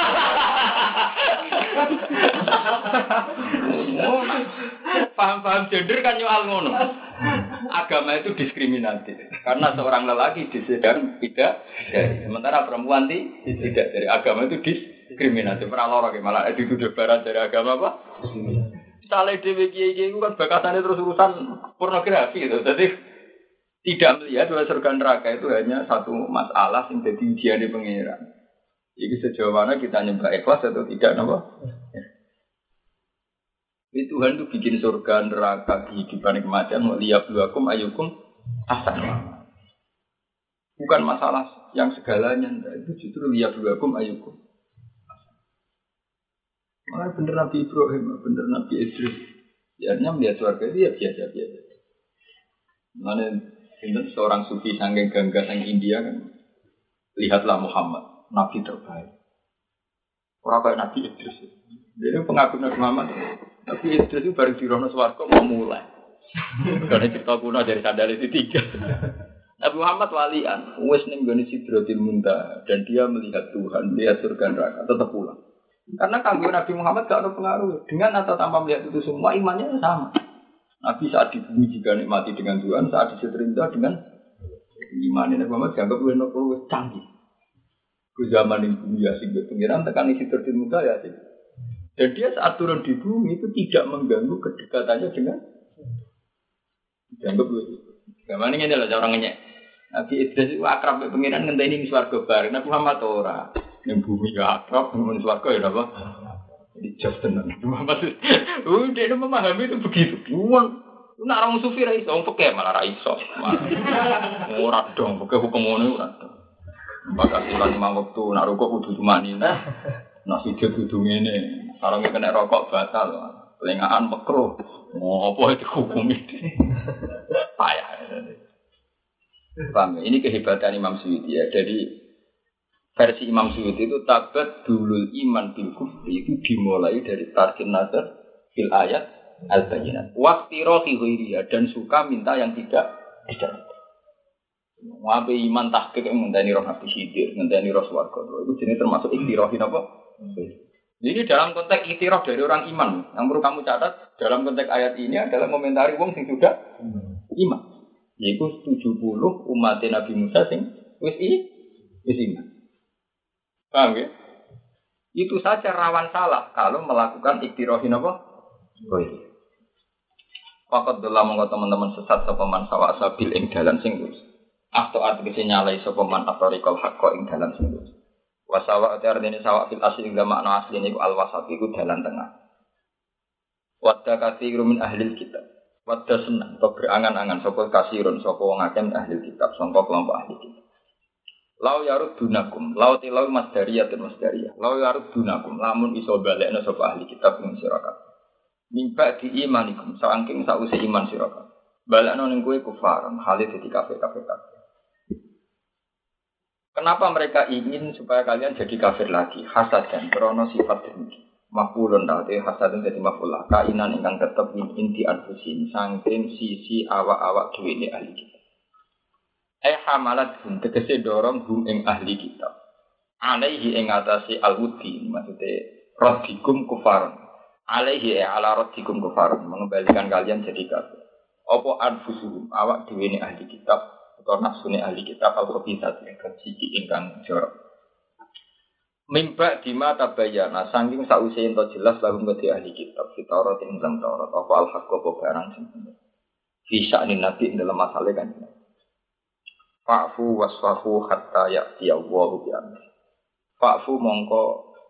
[SPEAKER 1] Paham-paham gender kan nyoal ngono. Agama itu diskriminatif karena seorang lelaki disedang tidak dari sementara perempuan tidak dari agama itu diskriminatif. Ora lara malah dituduh barat dari agama apa? Sale dhewe kiye-kiye iku kan bakasane terus urusan pornografi gitu. Jadi tidak melihat bahwa surga neraka itu hanya satu masalah yang jadi ujian di pengiran. Jadi sejauh mana kita nyembah ikhlas atau tidak, apa? Ini Tuhan itu bikin surga neraka kehidupan kematian. Liyabluwakum ayyukum ahsanu. Bukan masalah yang segalanya, itu justru liyabluwakum ayyukum. Makanya benar Nabi Ibrahim, benar Nabi Idris. Biarnya melihat surga itu ya biasa-biasa. Makanya ini seorang sufi sanggeng gangga sang India kan, lihatlah Muhammad, Nabi terbaik. Orang kayak Nabi Idris. Jadi pengaku Nabi Muhammad, Nabi Idris itu baru di Rono Swargo mau mulai. Karena cerita kuno dari sandal itu tiga. Nabi Muhammad walian, wes ning gone Sidratil Muntaha dan dia melihat Tuhan, melihat surga neraka, tetap pulang. Karena kanggo Nabi Muhammad gak ada pengaruh. Dengan atau tanpa melihat itu semua imannya sama. Nabi saat di bumi juga nikmati dengan Tuhan, saat di seterindah dengan iman. Nabi Muhammad dianggap lebih lebih canggih. Ke zaman di bumi ya sih, pengiran tekan isi tertimuta ya sih. Dan dia saat turun di bumi itu tidak mengganggu kedekatannya dengan dianggap lebih. Gimana ini adalah orang ngenyek. Nabi Idris itu akrab dengan pengiran ngenteni di swarga bareng. Nabi Muhammad ora. Yang bumi ya akrab dengan swarga ya apa? Ini just tenan. Uh, dia itu memahami itu begitu. Uang, nak orang sufi rai, orang pekeh malah rai so. Murah dong, pekeh hukum ini murah dong. Bakat bulan lima waktu, nak rokok kudu cuma ini, nak sujud kudu ini. Kalau nggak kena rokok batal, pelengahan pekro. Mau apa itu hukum ini? Payah. Paham? Ini kehebatan Imam Suyuti ya. Jadi versi Imam Suyuti itu tabat dulul iman bil kufri itu dimulai dari tarkin nazar fil ayat al-bayyinat waqti rohi ghairiya dan suka minta yang tidak tidak wabe iman tahqiq yang ngenteni roh nabi sidir ngenteni roh swarga itu jenis termasuk iktirohin apa jadi dalam konteks iktiroh dari orang iman yang perlu kamu catat dalam konteks ayat ini adalah komentari wong sing sudah iman yaitu tujuh puluh umat Nabi Musa sing wis wis iman. Paham ya? Itu saja rawan salah kalau melakukan iktirohin apa? Goy. Fakat dalam mengko teman-teman sesat sapa man sawa sabil ing dalan sing lurus. Atau artine nyalai sapa man atorikal hakko ing dalan sing lurus. Wasawa artine sawa fil asli ing makna asli niku al wasat iku dalan tengah. Wadda katsirun min ahli kitab. Wadda senang atau berangan-angan sapa kasirun sapa wong akeh ahli kitab sangka kelompok ahli kitab. Lau yarud dunakum, lau tilau masdariyah dan masdariyah. Lau yarud dunakum, lamun iso balekna sapa ahli kitab ing sirakat. Mimba di imanikum, saangking sause iman sirakat. Balekna ning kowe kufaran, hale dadi kafir-kafir. Kenapa mereka ingin supaya kalian jadi kafir lagi? Hasad dan krono sifat dengki. Mafulun dadi hasad dadi mafulah. Kainan ingkang tetep min inti anfusin, saking sisi awak-awak dhewe ahli kitab. Eh hamalat hum tegese dorong hum ing ahli kitab. Alaihi ing atase al-wudi maksudnya radikum kufaron. Alaihi ala radikum kufaron mengembalikan kalian jadi kafir. Apa anfusuhum awak dhewe ne ahli kitab atau nafsune ahli kitab al-khabithah ingkang siji ingkang jorok. Mimba dima tabayana saking sause ento jelas lagu kedhe ahli kitab Taurat ing dalam Taurat apa al-haqq apa barang sing bener. Fi sya'nin nabi dalam masalah kan. Fa'fu wasfahu hatta ya'ti Allahu bi amri. Fa'fu mongko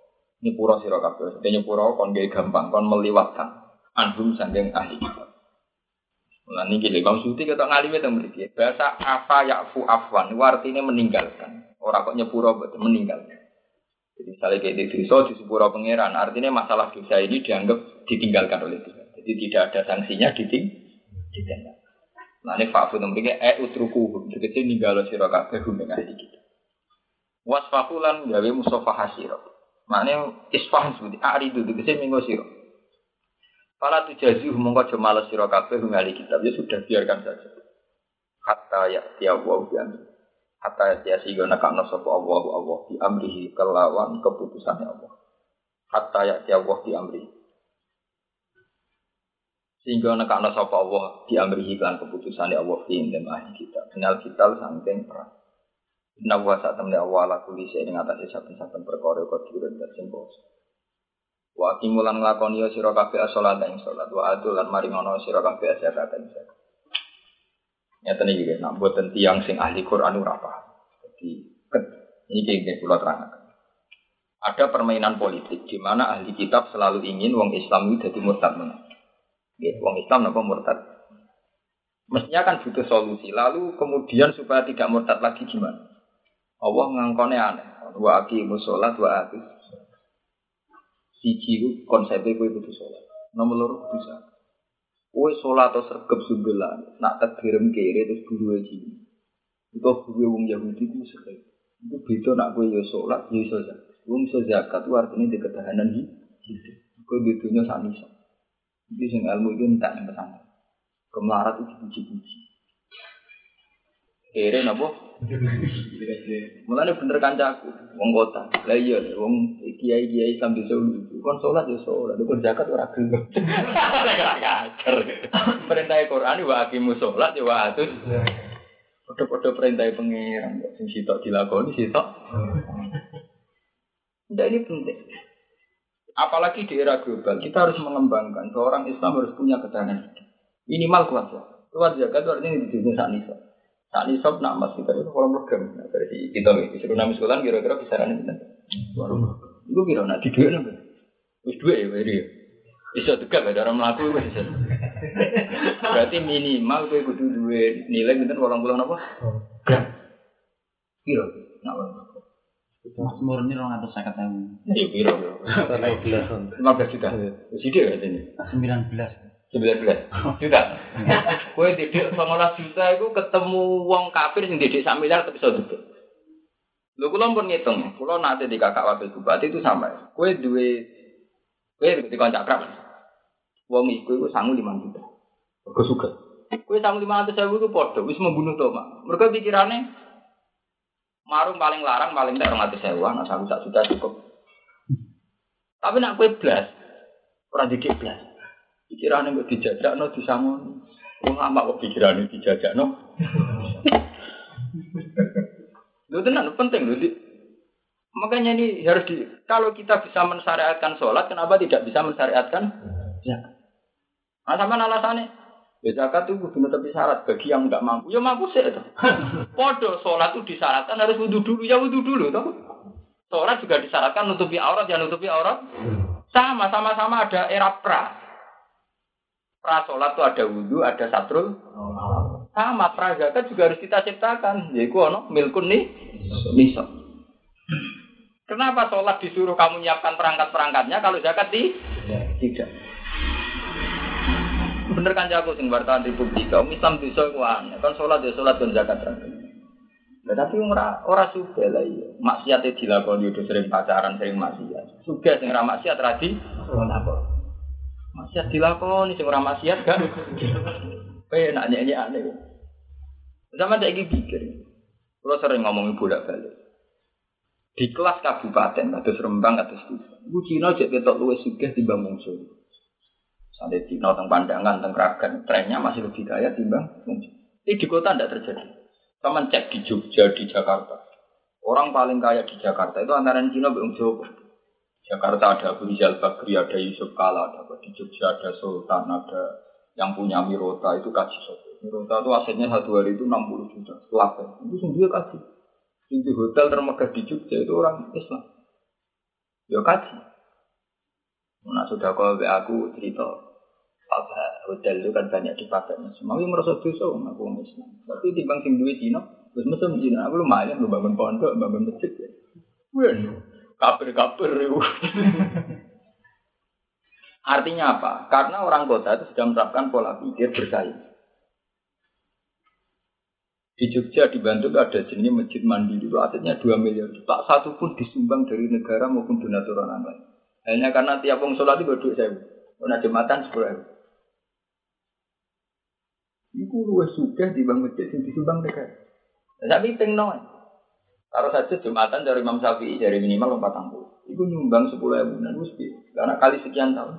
[SPEAKER 1] nyepuro sira kabeh. Dene nyepuro kon gawe gampang, kon meliwatkan anhum sanging ahli kitab. Mulane iki Imam Suyuti ketok ngalime teng mriki. Bahasa afa yafu afwan itu artinya meninggalkan. Ora kok nyepuro betul meninggalkan. Jadi misalnya kayak di dosa di sepuro pangeran, artinya masalah dosa ini dianggap ditinggalkan oleh Tuhan. Jadi tidak ada sanksinya diting ditinggalkan. Nah ini fa'fu mriki e utruku, tegese ninggalo sira kabeh gum ahli kitab. Wasfahulan gawe musafahah sira. Maknane isfah seperti aridu tegese minggo sira. Fala tujazihu mongko aja males sira kabeh ngali kitab ya sudah biarkan saja. Hatta ya tiya wa bian. Hatta ya sing ana kana sapa Allah Allah di amrihi kelawan keputusane Allah. Hatta ya tiya wa di amri. Sehingga ana kana sapa Allah di amrihi kan keputusane Allah ing dalem ahli kitab. Kenal kita saking perang. Inna wa sa'tamna wa ala kulli shay'in ing atase saben-saben perkara kudu dan sing basa. Wa kimulan nglakoni sira kabeh salat ing salat wa adul lan maringono sira kabeh zakat ing zakat. Nyata iki nggih, nek boten tiyang sing ahli Quran ora paham. Jadi iki nggih kula terangaken. Ada permainan politik di mana ahli kitab selalu ingin wong Islam itu jadi murtad meneh. Nggih, wong Islam napa murtad? Mestinya kan butuh solusi. Lalu kemudian supaya tidak murtad lagi gimana? Allah ngangkone aneh. Wa aqimus shalat wa atuz siji ku konsepnya kowe kudu salat. Nomor loro kudu zakat. Kowe salat atau sregep sumbelan, nak tegirem kere terus guru iki. Itu guru wong Yahudi ku sregep. Itu beda nak kowe yo salat yo iso zakat. Wong iso zakat itu artinya di ketahanan hidup. Kowe dudunya sak iso. Iki sing ilmu iki entek nang pesantren. Kemlarat itu dipuji-puji. Kere napa? Mulane bener kancaku wong kota. Lah iya wong kiai-kiai Islam desa itu kon salat ya salat, kon zakat ora gelem. Ngajar. Perintah Quran wa aqimus salat ya wa atuz. Padha-padha perintah pangeran kok sing sitok dilakoni sitok. Ndak ini penting. Apalagi di era global, kita harus mengembangkan seorang Islam harus punya ketahanan hidup. Minimal kuat zakat. Kuat zakat itu artinya di dunia sak nisa. Sak nisa nak mas kita itu kalau program. Nah, dari kita disuruh nama sekolah kira-kira kisaran itu. Iku kira nak di duit napa? Wis duit ya beri. Bisa tegak ada orang mlaku wis bisa. Berarti minimal kowe kudu duwe nilai pinten delapan puluh napa? Gram. Kira nak Mas murni orang atas saya katakan. Iya kira. lima belas juta. Sidik ya ini. Sembilan belas. Sembilan belas juta. Kue didik lima juta itu ketemu wong kafir yang didik sak miliar tapi bisa duduk. Lu kalau pun ngitung, kalau nanti di kakak wakil bupati itu sama. Kue duwe, kue di koncak kerap. Wong iku itu sangu lima juta. Kau suka. Kue sangu lima ratus ribu itu podo. Wis membunuh Toma. Mereka pikirannya. Marung paling larang paling tak orang hati sewa, nak satu tak juta cukup. Tapi nak kue belas, orang didik belas. Pikirannya nggak dijajak no disangon. Wong lama kok pikirannya dijajak no. Lu tenan penting lu. Makanya ini harus di. Kalau kita bisa mensyariatkan sholat, kenapa tidak bisa mensyariatkan zakat? Nah, sama alasannya. Ya zakat itu kudu netepi syarat bagi yang enggak mampu. Ya mampu sih itu. Podo sholat itu disyaratkan harus wudu dulu. Ya wudu dulu toh. Sholat juga disyaratkan nutupi aurat ya nutupi aurat. Sama sama-sama ada era pra. Pra sholat itu ada wudu, ada satrul. Sama pra zakat juga harus kita ciptakan. Yaitu ono milkun nih. Misal. Kenapa sholat disuruh kamu nyiapkan perangkat-perangkatnya kalau zakat di tidak? Bener kan jago sing wartawan Republik. Om Islam bisa kuan. Kan salat ya salat dan zakat terakhir. Nah, tapi ora ora suka lah iya. Maksiate dilakoni udah sering pacaran, sering maksiat. Suga sing ora maksiat radi apa? Maksiat dilakoni sing ora maksiat kan. Penak nyek-nyekane. Zaman saiki pikir. Kalau sering ngomongin bolak-balik. Di kelas kabupaten kados Rembang kados Tuban. Iku Cina jek ketok luwih sugih timbang mungsuh. Sampai di tentang pandangan, tentang keragan, trennya masih lebih kaya timbang mungkin. Ini di kota tidak terjadi. Sama cek di Jogja, di Jakarta. Orang paling kaya di Jakarta itu antara Cina dan Jawa. Jakarta ada Abu Rizal Bakri, ada Yusuf Kala, ada di Jogja ada Sultan, ada yang punya Mirota itu kaji sopo. Mirota itu asetnya satu hari itu enam puluh juta. Selapa itu sendiri kaji. Di hotel termegah di Jogja itu orang Islam. Ya kaji. Nak sudah kau be aku cerita, apa hotel itu kan banyak dipakai. Mau yang merasa dosa, aku Islam. Tapi timbang sing duwe Cina, terus mesem Cina, aku lumayan lu bangun pondok, bangun masjid. Wen, kaper-kaper itu. Artinya apa? Karena orang kota itu sudah menerapkan pola pikir bersaing. Di Jogja di Bandung ada jenis masjid mandiri itu asetnya dua miliar. Tak satu pun disumbang dari negara maupun donatur orang lain. Hanya karena tiap orang sholat itu berdua saya. Karena jumatan sepuluh ribu. Itu luwes sudah di bang masjid yang disumbang negara. Tapi tengok. Taruh saja jumatan dari Imam Syafi'i dari minimal empat puluh. Itu nyumbang sepuluh ribu. Dan mesti. Karena kali sekian tahun.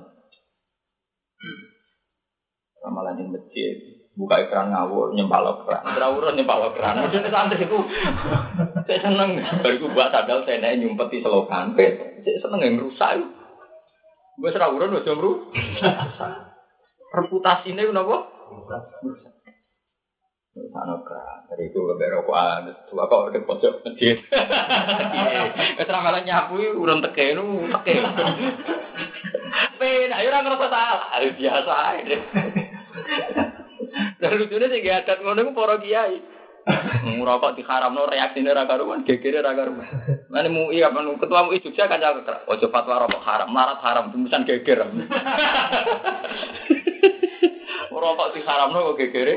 [SPEAKER 1] Ramalan di masjid. Buka ekran ngawur, nyempal ekran. Terawuran nyempal ekran. Maksudnya santri itu. Saya seneng. Bariku buat sadal saya naik nyumpet di selokan. Saya seneng yang rusak. Gue terawuran udah jomru. Reputasi ini kenapa? Rusak. Rusak ekran. Dari itu berokokan. Tua kok ke pojok masjid. Ramalan nyapu urun teke nu teke. Ben, ayo orang ngerasa salah. Biasa aja. Dan lucunya sih gak adat ngono ku para kiai. Ngrokok diharamno reaksine ra karuan, gegere ra karuan. Mane M U I kapan ketua M U I Jogja kan cakep. Ojo fatwa rokok haram, larat haram, tembusan geger. Rokok diharamno kok gegere.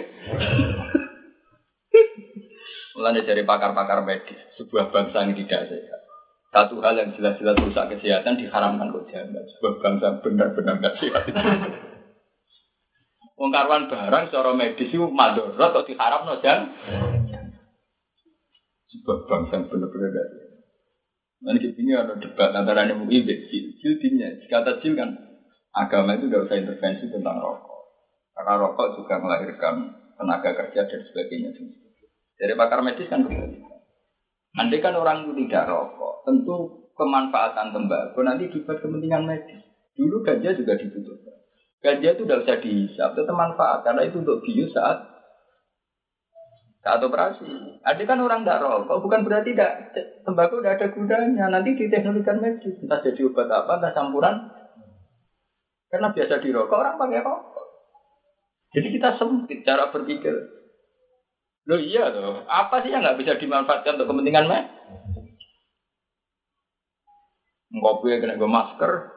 [SPEAKER 1] Mulane dari pakar-pakar medis, sebuah bangsa yang tidak sehat. Satu hal yang jelas-jelas rusak kesehatan diharamkan kok jangan. Sebuah bangsa benar-benar tidak sehat. Wong karuan barang secara medis itu madorot atau diharapno jan. Sebuah bangsa benar-benar ada. Nanti ini ada debat antara M U I dan Jil. Jil dinya, kata Jil kan agama itu tidak usah intervensi tentang rokok. Karena rokok juga melahirkan tenaga kerja dan sebagainya. Dari pakar medis kan begitu. Andai kan orang itu tidak rokok, tentu kemanfaatan tembakau nanti dibuat kepentingan medis. Dulu ganja juga dibutuhkan. Ganja itu tidak usah dihisap, itu manfaat karena itu untuk bius saat saat operasi. Ada kan orang tidak rokok, bukan berarti tidak tembakau tidak ada gunanya. Nanti diteknologikan medis, entah jadi obat apa, entah campuran. Karena biasa dirokok orang pakai rokok. Jadi kita sempit cara berpikir. Loh iya loh, apa sih yang nggak bisa dimanfaatkan untuk kepentingan medis? Ngopi kena gue masker.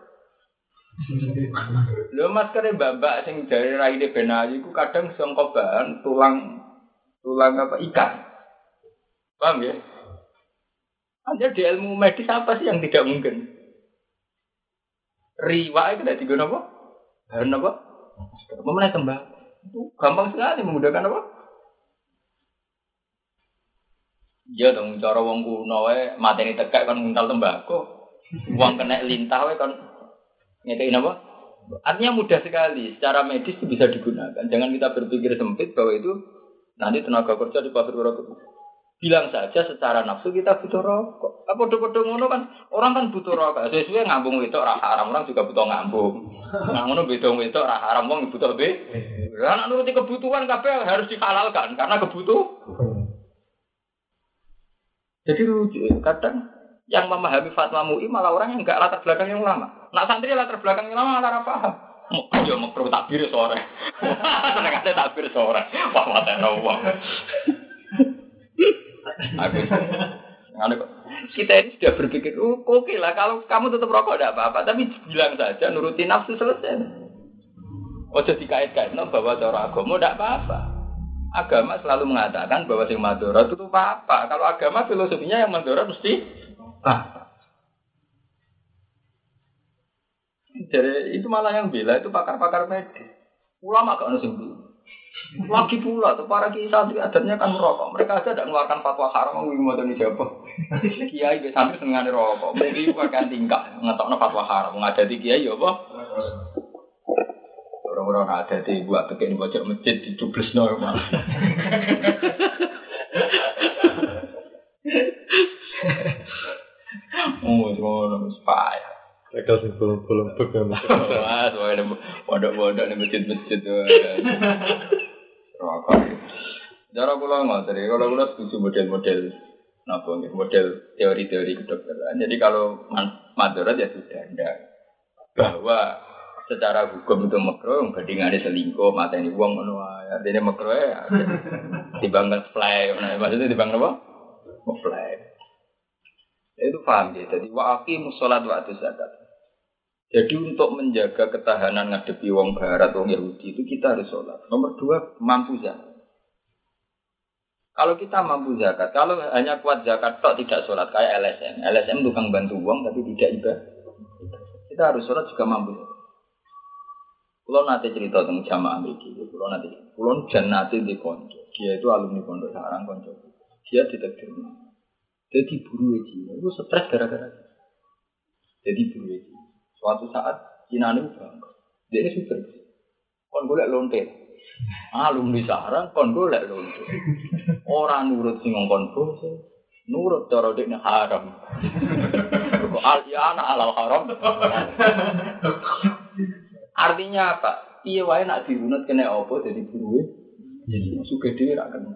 [SPEAKER 1] Lho maskere mbak-mbak sing dari raine benayu iku kadang saka bahan tulang tulang apa ikan. Paham ya? Ada di ilmu medis apa sih yang tidak mungkin? Riwa itu dari guna apa? Bahan apa? Memenai tembak. Itu gampang sekali memudahkan apa? Ya dong cara wong kuno wae mateni tekek kan nguntal tembakau. Wong kena lintah wae kan ngekei apa? Artinya mudah sekali. Secara medis itu bisa digunakan. Jangan kita berpikir sempit bahwa itu nanti tenaga kerja di pabrik rokok. Bilang saja secara nafsu kita butuh rokok. Apa bodoh-bodoh ngono kan? Orang kan butuh rokok. Sesuai ngambung itu ora haram. Orang juga butuh ngambung. Nah ngono beda itu ora haram. Wong butuh be. Anak nuruti kebutuhan kabeh harus dihalalkan karena kebutuhan. Jadi lucu. Kadang yang memahami fatwa M U I malah orang yang enggak latar belakang yang lama. Nak santri latar belakang yang lama malah paham. Mau yo makro takbir sore. Seneng ate takbir sore. Wah mate wong. Aku ngene kok. Kita ini sudah berpikir, oh, oke okay lah kalau kamu tetap rokok tidak apa-apa, tapi bilang saja nuruti nafsu selesai. Ojo dikait-kaitno bahwa cara agama tidak apa-apa. Agama selalu mengatakan bahwa sing madharat itu apa-apa. Kalau agama filosofinya yang madharat mesti ah, jadi itu malah yang bela itu pakar-pakar medis. Ulama gak ono sing lagi pula tuh para kiai santri adatnya kan merokok. Mereka aja tidak mengeluarkan fatwa haram mau ngomong jawab. Kiai be santri senengane rokok. Mungkin itu akan tingkah ngetokno fatwa haram. Ngadati kiai ya apa? Orang-orang ada di buat tekek di pojok masjid dicublesno malah. Oh, ngono spy.
[SPEAKER 2] Mereka sing bolong-bolong bek ya.
[SPEAKER 1] Wah, soalnya pondok-pondok di masjid-masjid tuh. Rokok. Cara kula ngoten iki, kalau kula setuju model-model napa nggih, model teori-teori kedokteran. Jadi kalau madharat ya sudah ndak. bahwa secara hukum itu makruh, bandingannya selingkuh, mateni wong ngono wae. Artine makruh ya. Timbang nge-fly, maksudnya timbang apa? Nge-fly. Itu paham ya. Jadi wa aqimus shalat wa atuz zakat. Jadi untuk menjaga ketahanan ngadepi wong barat, wong Yahudi itu kita harus sholat. Nomor dua, mampu zakat. Kalau kita mampu zakat, kalau hanya kuat zakat tok tidak sholat kayak L S M. L S M tukang bantu uang tapi tidak ibadah. Kita harus sholat juga mampu. Kalau nanti cerita tentang jamaah Amerika, kalau nanti, kalau jan nanti di konco, dia itu alumni pondok sarang konco, dia ditakdir. Jadi buru aja, itu stres gara-gara. Jadi buru aja. Suatu saat Cina ini bangga, dia ini super. Kon golek lonte, alumni sarang kon golek lonte. Orang nurut sing ngongkon bose, nurut cara dekne haram. Kok al-yana alal haram. Artinya apa? Iya wae nak dirunut kena apa dadi buruwe. Iya, sugih dhewe ra kena.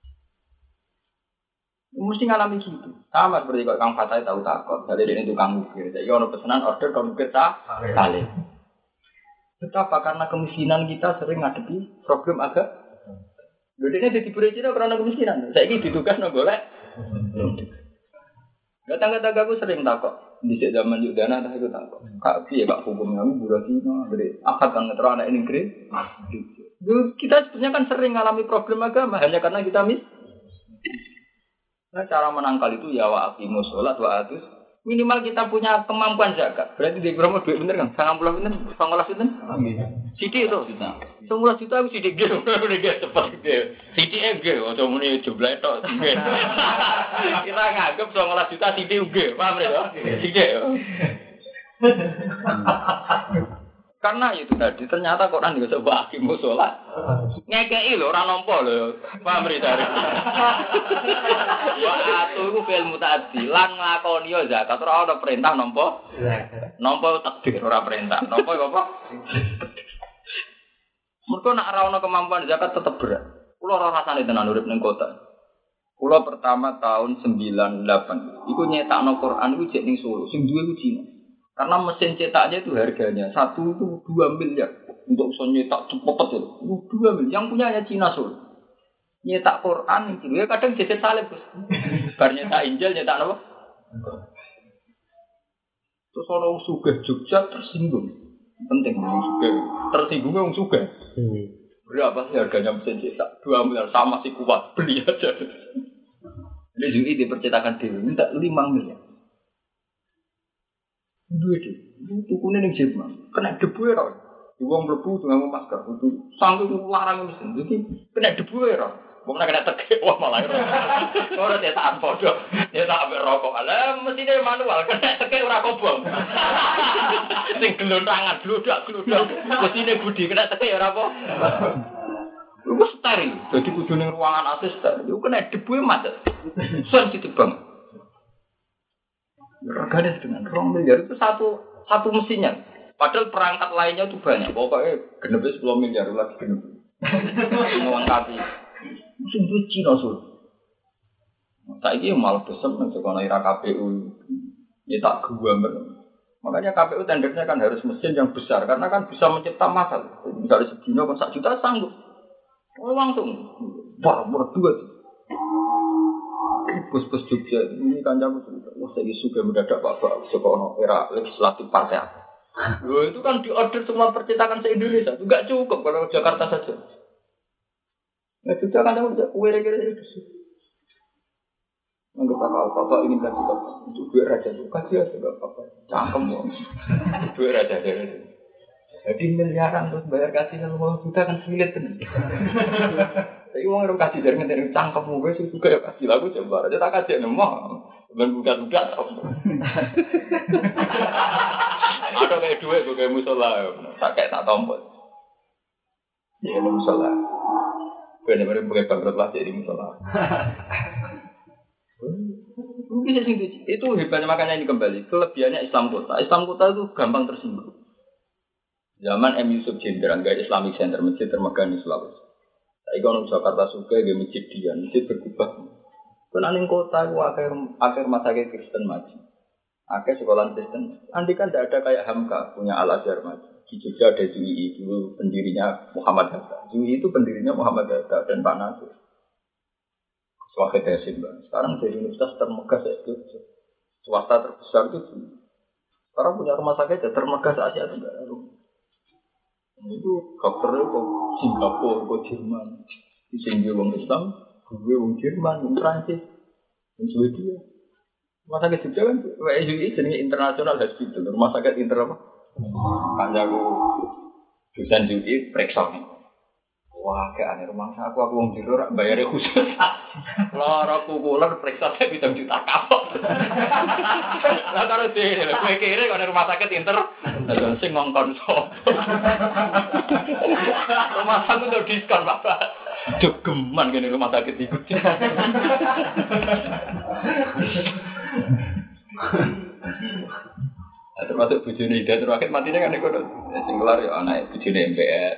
[SPEAKER 1] Mesti ngalami gitu. Sama seperti kok Kang Fatai tahu takut, dari ini tukang ukir. Jadi ono pesanan order kang ukir tak saleh. Betapa karena kemiskinan kita sering ngadepi problem agak. Lho dene dadi buruwe Cina karena kemiskinan. Saiki ditugas nang golek. Tangga-tangga aku sering takut. Di zaman Yudana tak itu takut. Kak piye Kak hukum kamu buruh Cina, dari akad kan ngetro anak Inggris. Kita sebenarnya kan sering mengalami problem agama hanya karena kita mis. Nah, cara menangkal itu ya wa aqimus shalat wa atuz. Minimal kita punya kemampuan zakat. Berarti di berapa duit bener kan? sembilan puluh bener, sembilan belas bener. Sidik itu. sembilan belas juta aku sidik ge, udah ge cepet ge. Sidik ge, ojo muni jumlah tok. Kita nganggep sembilan belas juta sidik ge, paham ya? Sidik. Karena itu tadi ternyata Quran juga sebab aqimus shalat. Ngekeki lho ora nampa lho. Paham ridare. Wa atu iku fil mutaaddi lan nglakoni yo zakat ora ana perintah nampa. Nampa takdir ora perintah. Nampa apa? Mergo nek ora ana kemampuan zakat tetep berat. Kula ora rasane tenan urip ning kota. Kula pertama tahun sembilan puluh delapan iku nyetakno Quran iku jek ning Solo. Sing duwe ku Cina. Karena mesin cetaknya itu harganya satu itu dua miliar untuk bisa nyetak cepet itu dua miliar. Yang punyanya Cina Solo. Nyetak Quran itu ya kadang jejet salib. Bar nyetak Injil nyetak apa? Terus orang sugih Jogja tersinggung. Penting orang sugih. Tersinggungnya orang sugih. Berapa sih harganya mesin cetak? dua miliar sama si kuat beli aja. Ini juga dipercetakan dewi minta lima miliar. Duit itu, tukunya ning Jerman, kena debu ya, uang debu dengan masker, itu sanggup larang mesin, jadi kena debu ya, bukan kena tegak, wah malah itu, orang dia tak bodoh, dia tak ambil rokok, alah mesinnya manual, kena tegak orang kobong, sing gelontangan, geludak geludak, mesinnya budi kena tegak orang apa, itu steril, jadi kudu ning ruangan A C steril, itu kena debu ya macet, sensitif banget. Regane dengan rong miliar itu satu satu mesinnya. Padahal perangkat lainnya itu banyak. Pokoknya genep sepuluh miliar lagi genep. Melengkapi. Mesin itu Cina Sur. Saiki malah besem nang sekolah ira K P U. Ya tak gua men. Makanya K P U tendernya kan harus mesin yang besar karena kan bisa mencipta masal. Misalnya sedina kan sak juta sanggup. Oh langsung. Wah, berdua. Bus-bus Jogja ini kan jamu cerita. Wah, saya suka mendadak bapak sekolah era legislatif partai. Loh, itu kan diorder semua percetakan se-Indonesia. Itu enggak cukup kalau Jakarta saja. Nah, Jogja kan jamu kue-kue itu. Anggap apa-apa ingin kasih bapak untuk duit raja itu kasih aja enggak apa-apa. Cangkem loh. Duit raja aja. Jadi miliaran terus bayar kasih sepuluh juta kan sulit kan. Tapi uang orang kasih dari ngenteni cangkemmu gue sih juga ya kasih lagu coba aja tak kasih nemah dan buka-buka ada kayak dua gue kayak musola tak kayak tak tombol ya musola benar-benar pakai bangkrut lah jadi musola mungkin itu hebatnya makanya ini kembali kelebihannya Islam kota Islam kota itu gampang tersinggung zaman M Yusuf Jenderal gaya Islamic Center masjid termegah di Sulawesi. Ekonomi Jakarta suka dia masjid dia, masjid berkubah. Karena ning kota itu akhir akhir masa Kristen maju. Akeh sekolah Kristen. Andi kan tidak ada kayak Hamka punya Al Azhar mas. Di Jogja ada Zui dulu pendirinya Muhammad Hatta. Zui itu pendirinya Muhammad Hatta dan Pak Nasir. Swahid Hasim. Sekarang dari universitas termegah itu swasta terbesar itu Zui. Sekarang punya rumah sakit termegah se Asia Tenggara. Itu dokternya kok Singapura, kok Jerman. Di sini orang Islam, gue orang Jerman, orang Prancis, orang Swedia. Rumah sakit Jogja kan, W I U I jenis internasional hospital, rumah sakit inter apa? Kan jago dosen U I periksa. Wah, kayak aneh rumah sakit aku aku wong jero rak bayare khusus. Lara kukulan periksa saya bisa juta kapok. Lah karo dhewe lho, kowe kira kok rumah sakit inter sing ngongkon sapa. Rumah sakit udah diskon, Bapak. Jogeman kene rumah sakit iku. Nah, termasuk bujune Ida terakhir matinya kan ikut sing kelar ya anak bujune M P R.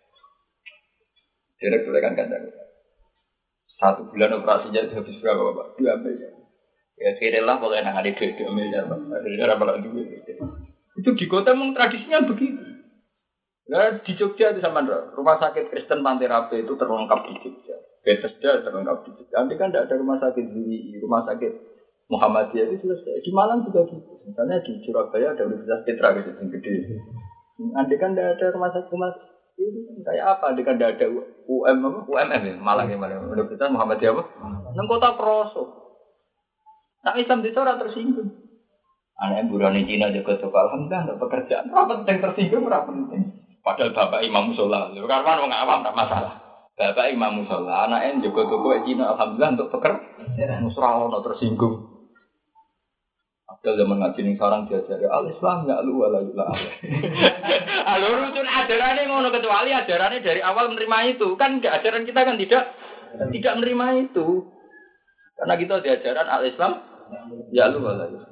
[SPEAKER 1] Direk kan kan satu bulan operasinya itu habis berapa Bapak? Dua miliar. Ya kira lah kalau enak ada dua miliar Pak. Ada berapa duit? Itu di kota memang tradisinya begitu. Nah, di Jogja itu sama rumah sakit Kristen Pantai Rabe itu terlengkap di Jogja. Bethesda terlengkap di Jogja. Nanti kan tidak ada rumah sakit di rumah sakit Muhammadiyah itu selesai. Di Malang juga gitu. Misalnya di Surabaya ada Universitas Petra gitu yang gede. Nanti kan tidak ada rumah sakit rumah itu kayak apa? Nanti kan tidak ada U M apa? U M M ya Malang yang mana? Universitas Muhammadiyah apa? Nang kota Kroso. Nah Islam di sana tersinggung. Anak burani Cina juga tuh alhamdulillah untuk pekerjaan. Apa penting tersinggung? Apa penting? Padahal bapak imam musola. Karena orang awam tak masalah. Bapak imam musola. Anaknya juga tuh Cina alhamdulillah untuk pekerjaan. Musrah ono tersinggung. Abdul zaman ngaji ning sarang diajari al-Islam ya lu wala yula. Alur usul ajarannya ngono kecuali ajarannya dari awal menerima itu. Kan enggak ajaran kita kan tidak tidak menerima itu. Karena kita diajaran al-Islam ya lu wala yula.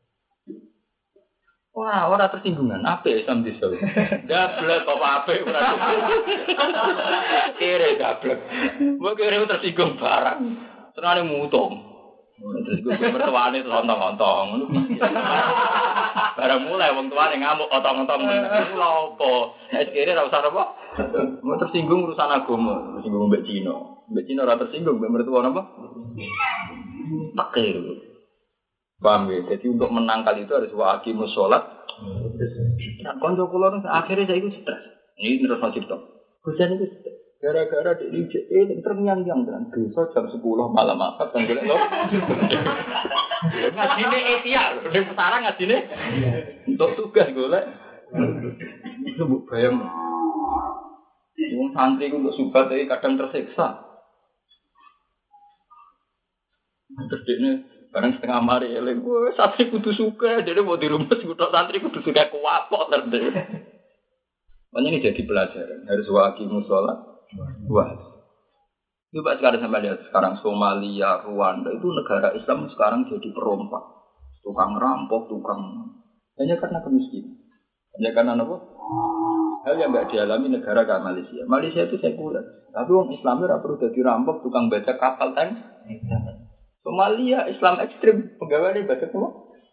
[SPEAKER 1] Wah, ora tersinggungan. Apik Islam diso. Dablek kok apik ora. Kere dablek. Mbok kere tersinggung barang. Senane mutung. Terus gue mertuane terus ontong-ontong. Barang mulai wong tuane ngamuk ontong-ontong lha opo. Nek kene ora usah apa. Mau tersinggung urusan agama, tersinggung mbek Cina. Mbek Cina ora tersinggung mbek mertua napa? Takir. Paham ya? Jadi untuk menang kali itu harus wa aqimus shalat. Nah, kanca kula nang akhire saiki stres. Ini terus wajib to. Kusen itu gara-gara di D J E ternyang-nyang dengan dosa jam sepuluh malam apa kan golek lho. Ngajine etia lho, ning sarang ngajine. Untuk tugas golek. Itu mbok bayang. Wong santri ku untuk subat iki kadang tersiksa. Terus bareng setengah mari eling, wah santri kudu suka, jadi mau dirumus kudu santri kudu suka kuapok terus. Makanya ini jadi pelajaran, harus waqimus shalat. Wah, coba sekarang sampai lihat sekarang Somalia, Rwanda itu negara Islam sekarang jadi perompak, tukang rampok, tukang hanya karena kemiskinan, hanya karena apa? Hal yang nggak dialami negara kayak Malaysia. Malaysia itu sekuler, tapi orang Islam itu perlu jadi rampok, tukang baca kapal tank. Somalia Islam ekstrim, pegawai baca apa?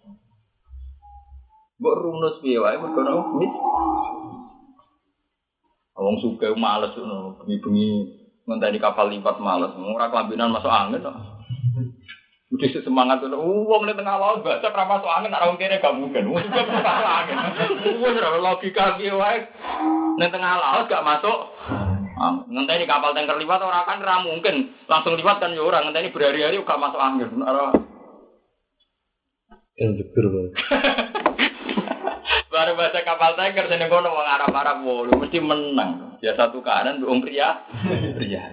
[SPEAKER 1] Bok runus biaya, berkono mit. Wong suka males ngono, bengi-bengi ngenteni kapal lipat males. Ora kelambinan masuk angin kok. Udah semangat ngono. Wong ning tengah laut baca ra masuk angin, ora wong kene gak mungkin. Wong suka masuk angin. Wong ora logika piye wae. Ning tengah laut gak masuk. Ngenteni kapal tanker lipat ora kan ra mungkin. Langsung lipat kan ya ora ngenteni berhari-hari gak masuk angin. Ora.
[SPEAKER 2] Yang jeger banget.
[SPEAKER 1] Baru baca kapal tanker seneng kono wong Arab-Arab wolu mesti menang. Biasa tukaran wong pria. Pria.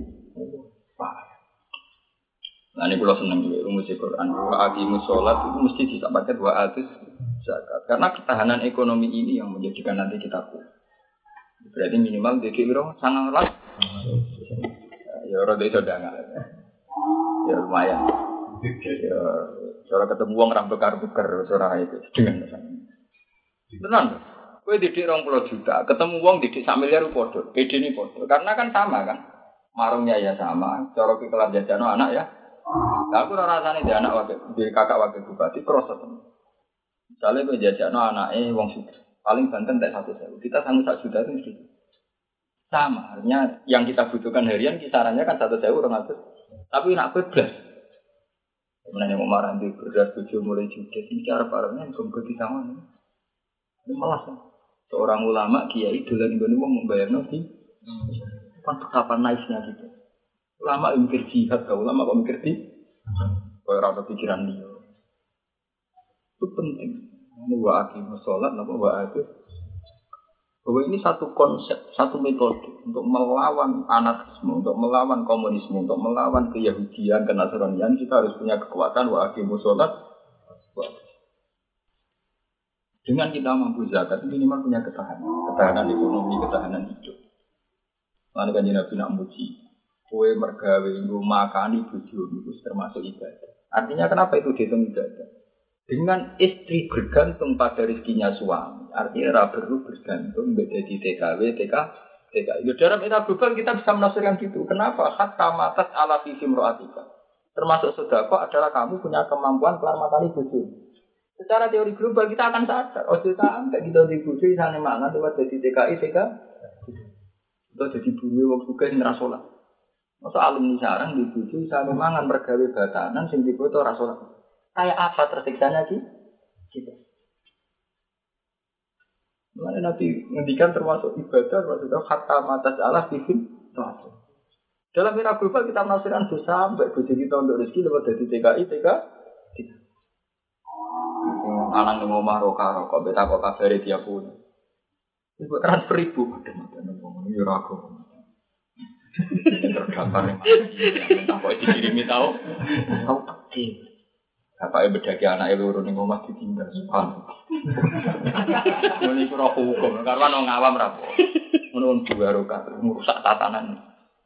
[SPEAKER 1] Nah ini kula seneng iki rumus Al-Qur'an. Wa aqimus shalat itu mesti disampaikan wa atus zakat. Karena ketahanan ekonomi ini yang menjadikan nanti kita kuat. Berarti minimal D K piro? sangang las. Ya ora iso dangal. Ya lumayan. Ya cara ketemu wong ra bekar-bekar ora itu dengan tenan. Kowe didik dua puluh juta, ketemu wong didik sak miliar padha, bedene padha. Karena kan sama kan. Marungnya ya sama, cara ki kelar jajano anak ya. Lah aku ora rasane di anak wakil, di kakak wakil bupati proses. Misalnya gue jajan anaknya wong suka paling banten tak satu sewu. Kita sanggup satu juta itu mesti sama. Artinya yang kita butuhkan harian kisarannya kan satu sewu orang ratus. Tapi nak bebas. Sebenarnya mau marah di beras tujuh mulai judes ini cara parahnya gombe di sama. Ini malas. Seorang ulama kiai dolan ngene wong membayar nanti. Kan betapa nice-nya gitu. Ulama yang mikir jihad, ulama kok mikir di koyo ora pikiran dia. Itu penting. Ini wa'aki sholat, apa wa'aki. Bahwa ini satu konsep, satu metode untuk melawan anarkisme, untuk melawan komunisme, untuk melawan keyahudian, kenasranian, kita harus punya kekuatan wa'aki sholat. Dengan kita mampu zakat, minimal punya ketahanan. Ketahanan ekonomi, ketahanan hidup. Lalu kan Nabi nak muji. Kue mergawe, makani bojo itu termasuk ibadah. Artinya kenapa itu dihitung ibadah? Dengan istri bergantung pada rezekinya suami, artinya perlu bergantung menjadi T K W, T K, T K. Ya dalam era global kita bisa menafsirkan gitu. Kenapa? Hatta matas ala fisim roatika. Termasuk sedekah adalah kamu punya kemampuan kelamatan bojo. Secara teori global kita akan sadar. Oh kita sampai kita di bojo sana mangan lewat jadi T K I, T K. Itu jadi buruh waktu juga yang rasolah. Masa alumni sarang di bojo sana mangan mergawe batanan sing difoto rasolah. Kayak apa tersiksanya sih? Kita. Mana Nabi ngendikan termasuk ibadah, termasuk kata mata Allah bikin termasuk. Dalam era global kita menafsirkan dosa sampai bojo kita untuk rezeki lewat dari T K I, T K. Anak yang ngomah roka rokok, beta kok kabari dia pun. Ibu transfer ibu, ada macam ngomong ini ragu. Terdampar yang mati, tak kok dikirimi tahu, tahu kecil. Apa yang bedaki anak ibu urun yang ngomah ditinggal, subhanallah. Ini kurang hukum, karena orang awam rapo. Menurut dua roka, merusak tatanan.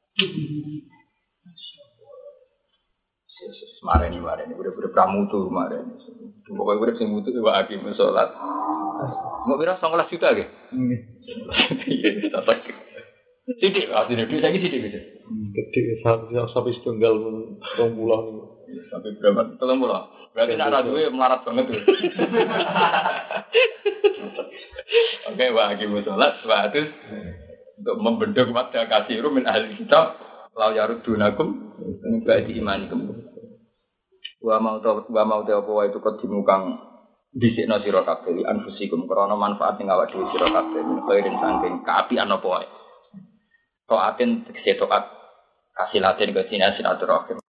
[SPEAKER 1] Kemarin ini, kemarin ini, udah-udah pramutu kemarin. Pokoknya udah sing mutu ke Pak Hakim sholat. Mau kira sembilan belas juta ke? Iya, tak sakit. Sidik, ah sidik, saya sidik gitu.
[SPEAKER 2] Gede sampai setunggal tolong pulang.
[SPEAKER 1] Sampai berapa? Tolong pulang. Berarti nak radue melarat banget tuh. Oke, Pak Hakim sholat, Pak Atus untuk membendung pada kasih min ahli kitab lau yarudunakum min ba'di imanikum. Wa mau ta wa mau ta apa wae itu kedimu kang dhisikna sira kabeh anfusikum krana manfaat sing awak dhewe sira kabeh min khairin saking kaapian apa wae. Toaten tegese toat kasilaten ke sinas silaturahim.